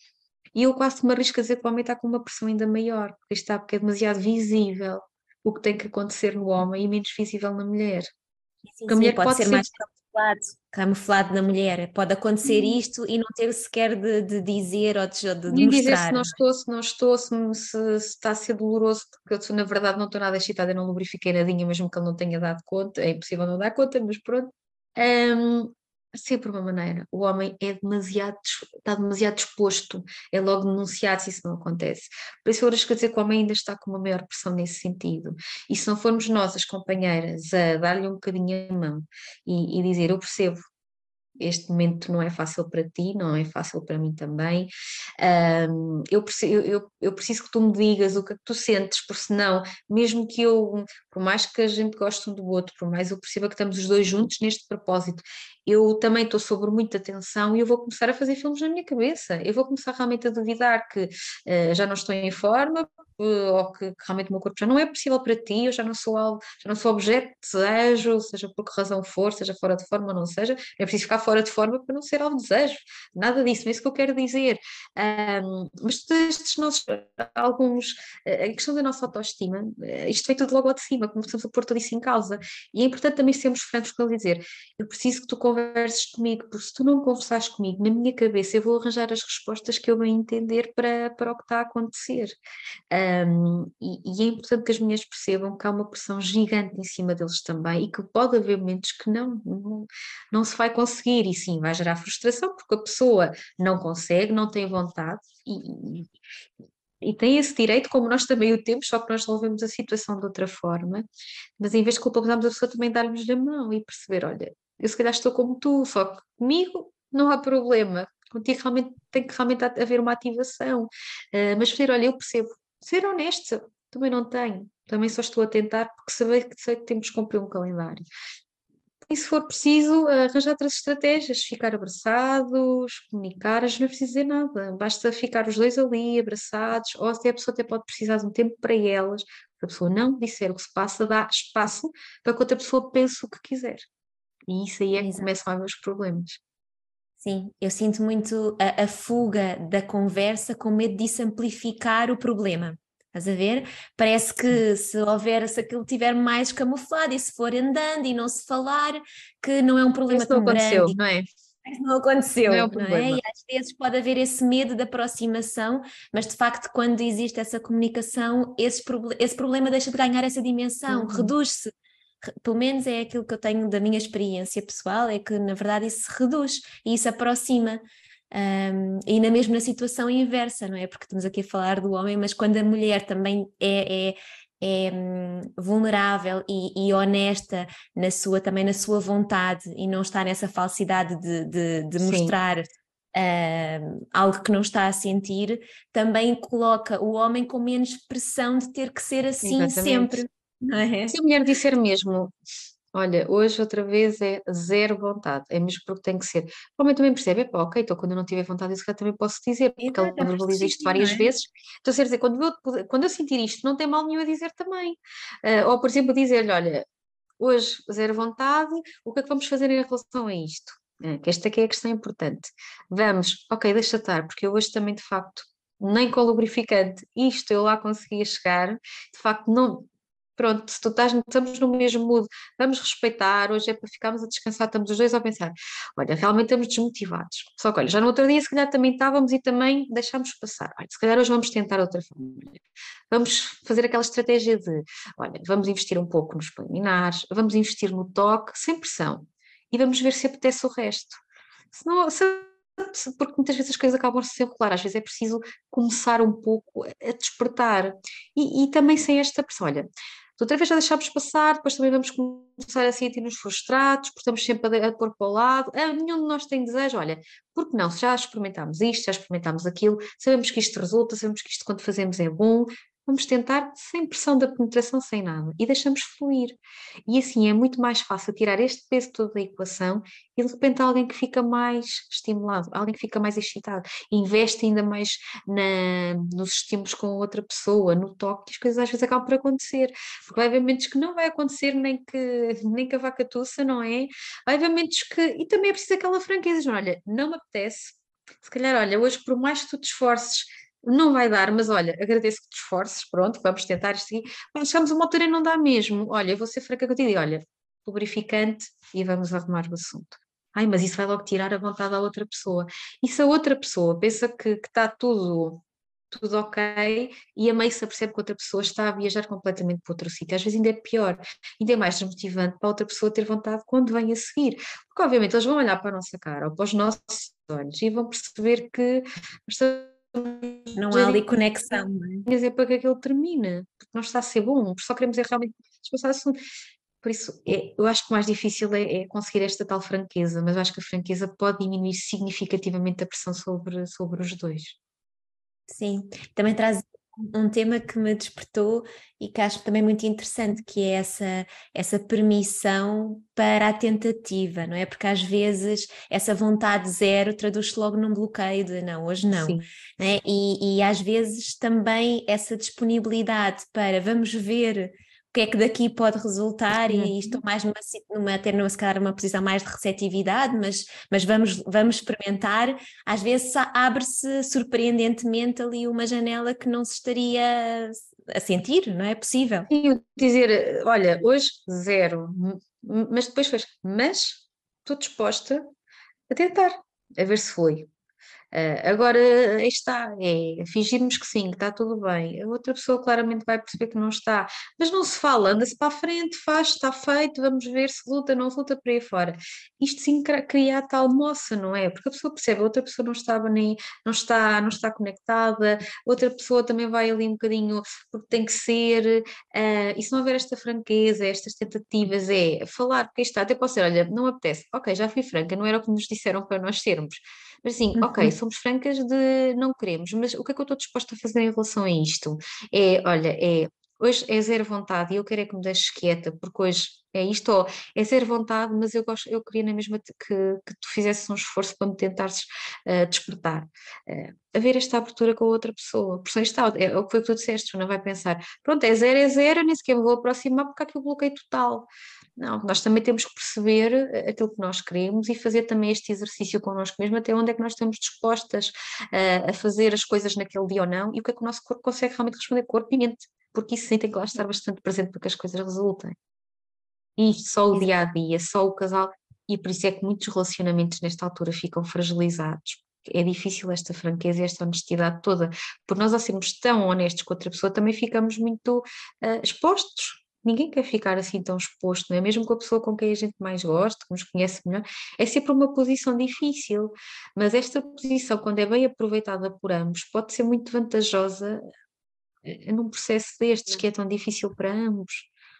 E eu quase me arrisco a dizer que o homem está com uma pressão ainda maior, porque é demasiado visível o que tem que acontecer no homem e menos visível na mulher.
Sim,
Porque a
sim,
mulher
pode
pode
ser
sempre
mais camuflado na mulher. Pode acontecer isto e não ter sequer de dizer ou de
nem dizer se
mostrar.
não estou, se não estou, se está a ser doloroso, porque eu na verdade não estou nada excitada, eu não lubrifiquei nadinha, mesmo que ele não tenha dado conta, é impossível não dar conta, mas pronto. Hum, Sempre uma maneira. O homem é demasiado, está demasiado disposto, é logo denunciado se isso não acontece. Por isso eu acho que dizer que o homem ainda está com uma maior pressão nesse sentido. E se não formos nós, as companheiras, a dar-lhe um bocadinho a mão e dizer, eu percebo, este momento não é fácil para ti, não é fácil para mim também. Eu preciso que tu me digas o que é que tu sentes, porque senão, mesmo que eu, por mais que a gente goste um do outro, por mais eu perceba que estamos os dois juntos neste propósito, eu também estou sob muita tensão e eu vou começar a fazer filmes na minha cabeça. Eu vou começar realmente a duvidar que já não estou em forma, ou que realmente o meu corpo já não é possível para ti, eu já não sou algo, já não sou objeto de desejo, seja por que razão for, seja fora de forma ou não seja, é preciso ficar fora de forma para não ser alvo de desejo, nada disso, não é isso que eu quero dizer. Mas estes nossos, alguns, a questão da nossa autoestima, isto vem tudo logo ao de cima, começamos a pôr tudo isso em causa, e é importante também sermos francos com ele dizer, eu preciso que tu converses comigo, porque se tu não conversares comigo, na minha cabeça eu vou arranjar as respostas que eu bem entender para o que está a acontecer. E é importante que as mulheres percebam que há uma pressão gigante em cima deles também e que pode haver momentos que não se vai conseguir e sim, vai gerar frustração porque a pessoa não consegue, não tem vontade e tem esse direito, como nós também o temos, só que nós resolvemos a situação de outra forma, mas em vez de culpabilizarmos a pessoa também darmos-lhe a mão e perceber, olha, eu se calhar estou como tu, só que comigo não há problema. Contigo realmente tem que realmente haver uma ativação. Mas dizer, olha, eu percebo, ser honesta, também não tenho. Também só estou a tentar porque sei que temos que cumprir um calendário. E se for preciso, arranjar outras estratégias, ficar abraçados, comunicar, às vezes não é preciso dizer nada, basta ficar os dois ali abraçados, ou até a pessoa até pode precisar de um tempo para elas, se a pessoa não disser o que se passa, dá espaço para que outra pessoa pense o que quiser. E isso aí é que
Exato.
começam a haver os problemas.
Sim, eu sinto muito a fuga da conversa com medo disso amplificar o problema. Estás a ver? Parece
Sim.
que se aquilo tiver mais camuflado e se for andando e não se falar, que não é um problema
Isso não
tão
aconteceu,
grande.
não é?
Isso não
Não é
aconteceu,
um
não é? E
problema.
às vezes pode haver esse medo de aproximação, mas de facto, quando existe essa comunicação, esse problema deixa de ganhar essa dimensão,
Uhum.
reduz-se. Pelo menos é aquilo que eu tenho da minha experiência pessoal, é que na verdade isso se reduz e isso aproxima. E na mesma situação inversa, não é? Porque estamos aqui a falar do homem, mas quando a mulher também é vulnerável e honesta também na sua vontade e não está nessa falsidade de
Sim,
mostrar algo que não está a sentir, também coloca o homem com menos pressão de ter que ser assim
exatamente.
sempre, não é?
Se a mulher disser mesmo, olha, hoje outra vez é zero vontade, é mesmo porque tem que ser. O homem também percebe, epá, ok, então quando eu não tiver vontade, isso também posso dizer, porque ela
Exato, é
verbaliza isto
legítimo, não
várias
é?
vezes. Então, quer dizer, quando eu sentir isto, não tem mal nenhum a dizer também. Ou, por exemplo, dizer-lhe, olha, hoje zero vontade, o que é que vamos fazer em relação a isto? Que esta aqui é a questão importante. Vamos, ok, deixa estar, porque eu hoje também, de facto, nem com o lubrificante, isto eu lá conseguia chegar, de facto, não. Pronto, se tu estamos no mesmo mood, vamos respeitar, hoje é para ficarmos a descansar, estamos os dois a pensar, olha, realmente estamos desmotivados. Só que, olha, já no outro dia, se calhar também estávamos e também deixámos passar. Olha, se calhar hoje vamos tentar outra forma. Vamos fazer aquela estratégia de, olha, vamos investir um pouco nos preliminares, vamos investir no toque, sem pressão, e vamos ver se apetece o resto. Senão, porque muitas vezes as coisas acabam -se enrolar, às vezes é preciso começar um pouco a despertar, e também sem esta pressão, olha, outra vez já deixámos passar, depois também vamos começar a sentir-nos frustrados, porque estamos sempre a pôr para o lado, nenhum de nós tem desejo, olha, porque não, se já experimentámos isto, já experimentámos aquilo, sabemos que isto resulta, sabemos que isto quando fazemos é bom, vamos tentar sem pressão da penetração, sem nada, e deixamos fluir. E assim é muito mais fácil tirar este peso todo da equação e de repente há alguém que fica mais estimulado, alguém que fica mais excitado, investe ainda mais nos estímulos com outra pessoa, no toque, que as coisas às vezes acabam por acontecer, porque vai haver momentos que não vai acontecer nem que a vaca tussa, não é? Vai haver momentos que, e também é preciso aquela franqueza, João, olha, não me apetece, se calhar, olha, hoje por mais que tu te esforces, não vai dar, mas olha, agradeço que te esforces, pronto, vamos tentar isto aqui. Mas chegamos a uma altura e não dá mesmo. Olha, eu vou ser franca contigo e olha, lubrificante e vamos arrumar o assunto. Ai, mas isso vai logo tirar a vontade à outra pessoa. E se a outra pessoa pensa que está tudo ok e a meio se apercebe que outra pessoa está a viajar completamente para outro sítio, às vezes ainda é pior, ainda é mais desmotivante para a outra pessoa ter vontade quando vem a seguir. Porque obviamente eles vão olhar para a nossa cara ou para os nossos olhos e vão perceber que estamos
Não há ali
a
conexão, não é?
dizer para que aquilo termine, porque não está a ser bom, porque só queremos é realmente despassar assunto. Por isso, eu acho que o mais difícil é conseguir esta tal franqueza, mas eu acho que a franqueza pode diminuir significativamente a pressão sobre os dois.
Sim, também traz um tema que me despertou e que acho também muito interessante, que é essa permissão para a tentativa, não é? Porque às vezes essa vontade zero traduz-se logo num bloqueio de não, hoje não,
Sim.
né? E às vezes também essa disponibilidade para vamos ver o que é que daqui pode resultar, e estou
Uhum.
mais até numa, se calhar, uma posição mais de receptividade, mas vamos experimentar. Às vezes abre-se surpreendentemente ali uma janela que não se estaria a sentir, não é possível.
Sim, eu dizer, olha, hoje zero, mas depois fez, mas estou disposta a tentar, a ver se foi. Agora, aí está, é fingirmos que sim, que está tudo bem. A outra pessoa claramente vai perceber que não está, mas não se fala, anda-se para a frente, faz, está feito, vamos ver se luta, não luta por aí fora. Isto sim cria a tal moça, não é? Porque a pessoa percebe, a outra pessoa não estava nem, não está conectada, outra pessoa também vai ali um bocadinho porque tem que ser, e se não houver esta franqueza, estas tentativas, é falar, porque aí está, até pode ser, olha, não me apetece, ok, já fui franca, não era o que nos disseram para nós sermos. Mas assim, ok,
Uhum.
somos francas de não queremos, mas o que é que eu estou disposta a fazer em relação a isto? Olha, hoje é zero vontade e eu quero é que me deixes quieta, porque hoje é isto, ou é zero vontade, mas eu queria na mesma que tu fizesses um esforço para me tentares despertar. Haver esta abertura com a outra pessoa, por isso aí está, é o que foi que tu disseste, tu não vai pensar, pronto, é zero, nem sequer me vou aproximar porque há aqui o bloqueio total. Não, nós também temos que perceber aquilo que nós queremos e fazer também este exercício connosco mesmo, até onde é que nós estamos dispostas a fazer as coisas naquele dia ou não, e o que é que o nosso corpo consegue realmente responder, corpo e mente, porque isso sim tem que lá estar bastante presente para que as coisas resultem. E isto só o dia a dia, só o casal, e por isso é que muitos relacionamentos nesta altura ficam fragilizados. É difícil esta franqueza e esta honestidade toda, por nós ao sermos tão honestos com outra pessoa também ficamos muito expostos. Ninguém quer ficar assim tão exposto, não é? Mesmo com a pessoa com quem a gente mais gosta, que nos conhece melhor, é sempre uma posição difícil, mas esta posição, quando é bem aproveitada por ambos, pode ser muito vantajosa num processo destes que é tão difícil para ambos.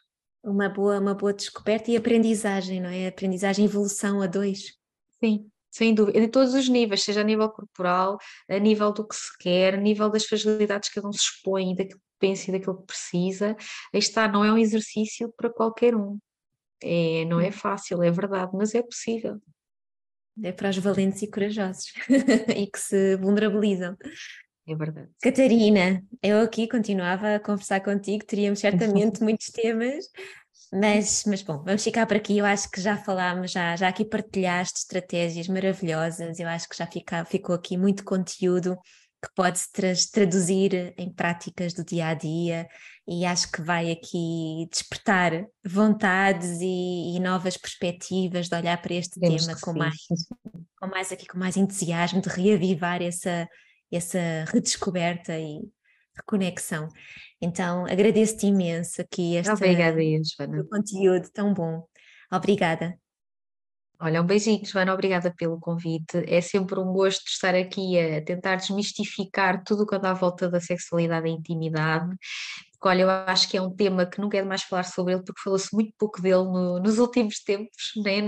Uma boa descoberta e aprendizagem, não é? Aprendizagem e evolução a dois.
Sim, sem dúvida, em todos os níveis, seja a nível corporal, a nível do que se quer, a nível das fragilidades que cada um se expõe, daquilo que pensa e daquilo que precisa. Aí está, não é um exercício para qualquer um. Não é fácil, é verdade, mas é possível.
É para os valentes e corajosos e que se vulnerabilizam.
É verdade.
Catarina, eu aqui continuava a conversar contigo, teríamos certamente muitos temas, mas bom, vamos ficar por aqui. Eu acho que já falámos, já aqui partilhaste estratégias maravilhosas, eu acho que já ficou aqui muito conteúdo que pode-se traduzir em práticas do dia a dia e acho que vai aqui despertar vontades e novas perspectivas de olhar para este
Vemos
tema
que sim.
com mais entusiasmo, de reavivar essa redescoberta e reconexão. Então, agradeço-te imenso aqui este
Obrigada, Joana.
conteúdo tão bom. Obrigada.
Olha, um beijinho, Joana, obrigada pelo convite. É sempre um gosto estar aqui a tentar desmistificar tudo o que anda à volta da sexualidade e intimidade. Porque, olha, eu acho que é um tema que nunca é demais falar sobre ele, porque falou-se muito pouco dele nos últimos tempos, né?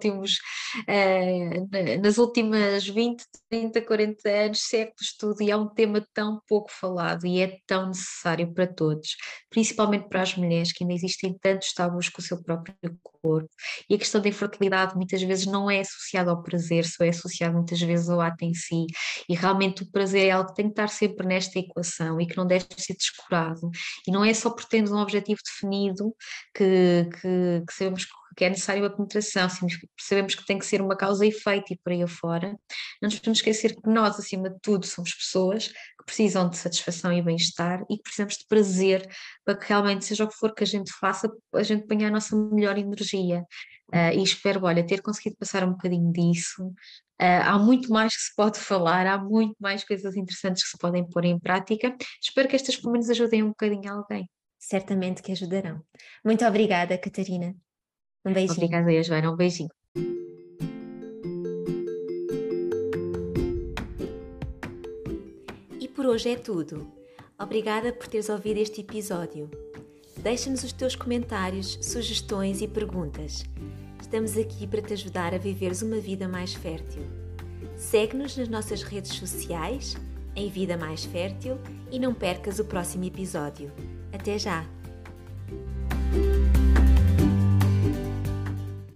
Nas últimas 20, 30, 40 anos, séculos, tudo, e é um tema tão pouco falado e é tão necessário para todos, principalmente para as mulheres, que ainda existem tantos tabus com o seu próprio corpo. E a questão da infertilidade muitas vezes não é associada ao prazer, só é associada muitas vezes ao ato em si, e realmente o prazer é algo que tem que estar sempre nesta equação e que não deve ser descurado. E não é só por termos um objetivo definido que sabemos que é necessário a penetração, sabemos que tem que ser uma causa e efeito e por aí afora. Não nos podemos esquecer que nós, acima de tudo, somos pessoas que precisam de satisfação e bem-estar e que precisamos de prazer para que realmente, seja o que for que a gente faça, a gente ponha a nossa melhor energia. E espero, olha, ter conseguido passar um bocadinho disso. Há muito mais que se pode falar, há muito mais coisas interessantes que se podem pôr em prática. Espero que estas pelo menos ajudem um bocadinho alguém.
Certamente que ajudarão. Muito obrigada, Catarina. Um beijinho.
Obrigada, Joana. Um beijinho.
E por hoje é tudo. Obrigada por teres ouvido este episódio. Deixa-nos os teus comentários, sugestões e perguntas. Estamos aqui para te ajudar a viveres uma vida mais fértil. Segue-nos nas nossas redes sociais, em Vida Mais Fértil, e não percas o próximo episódio. Até já!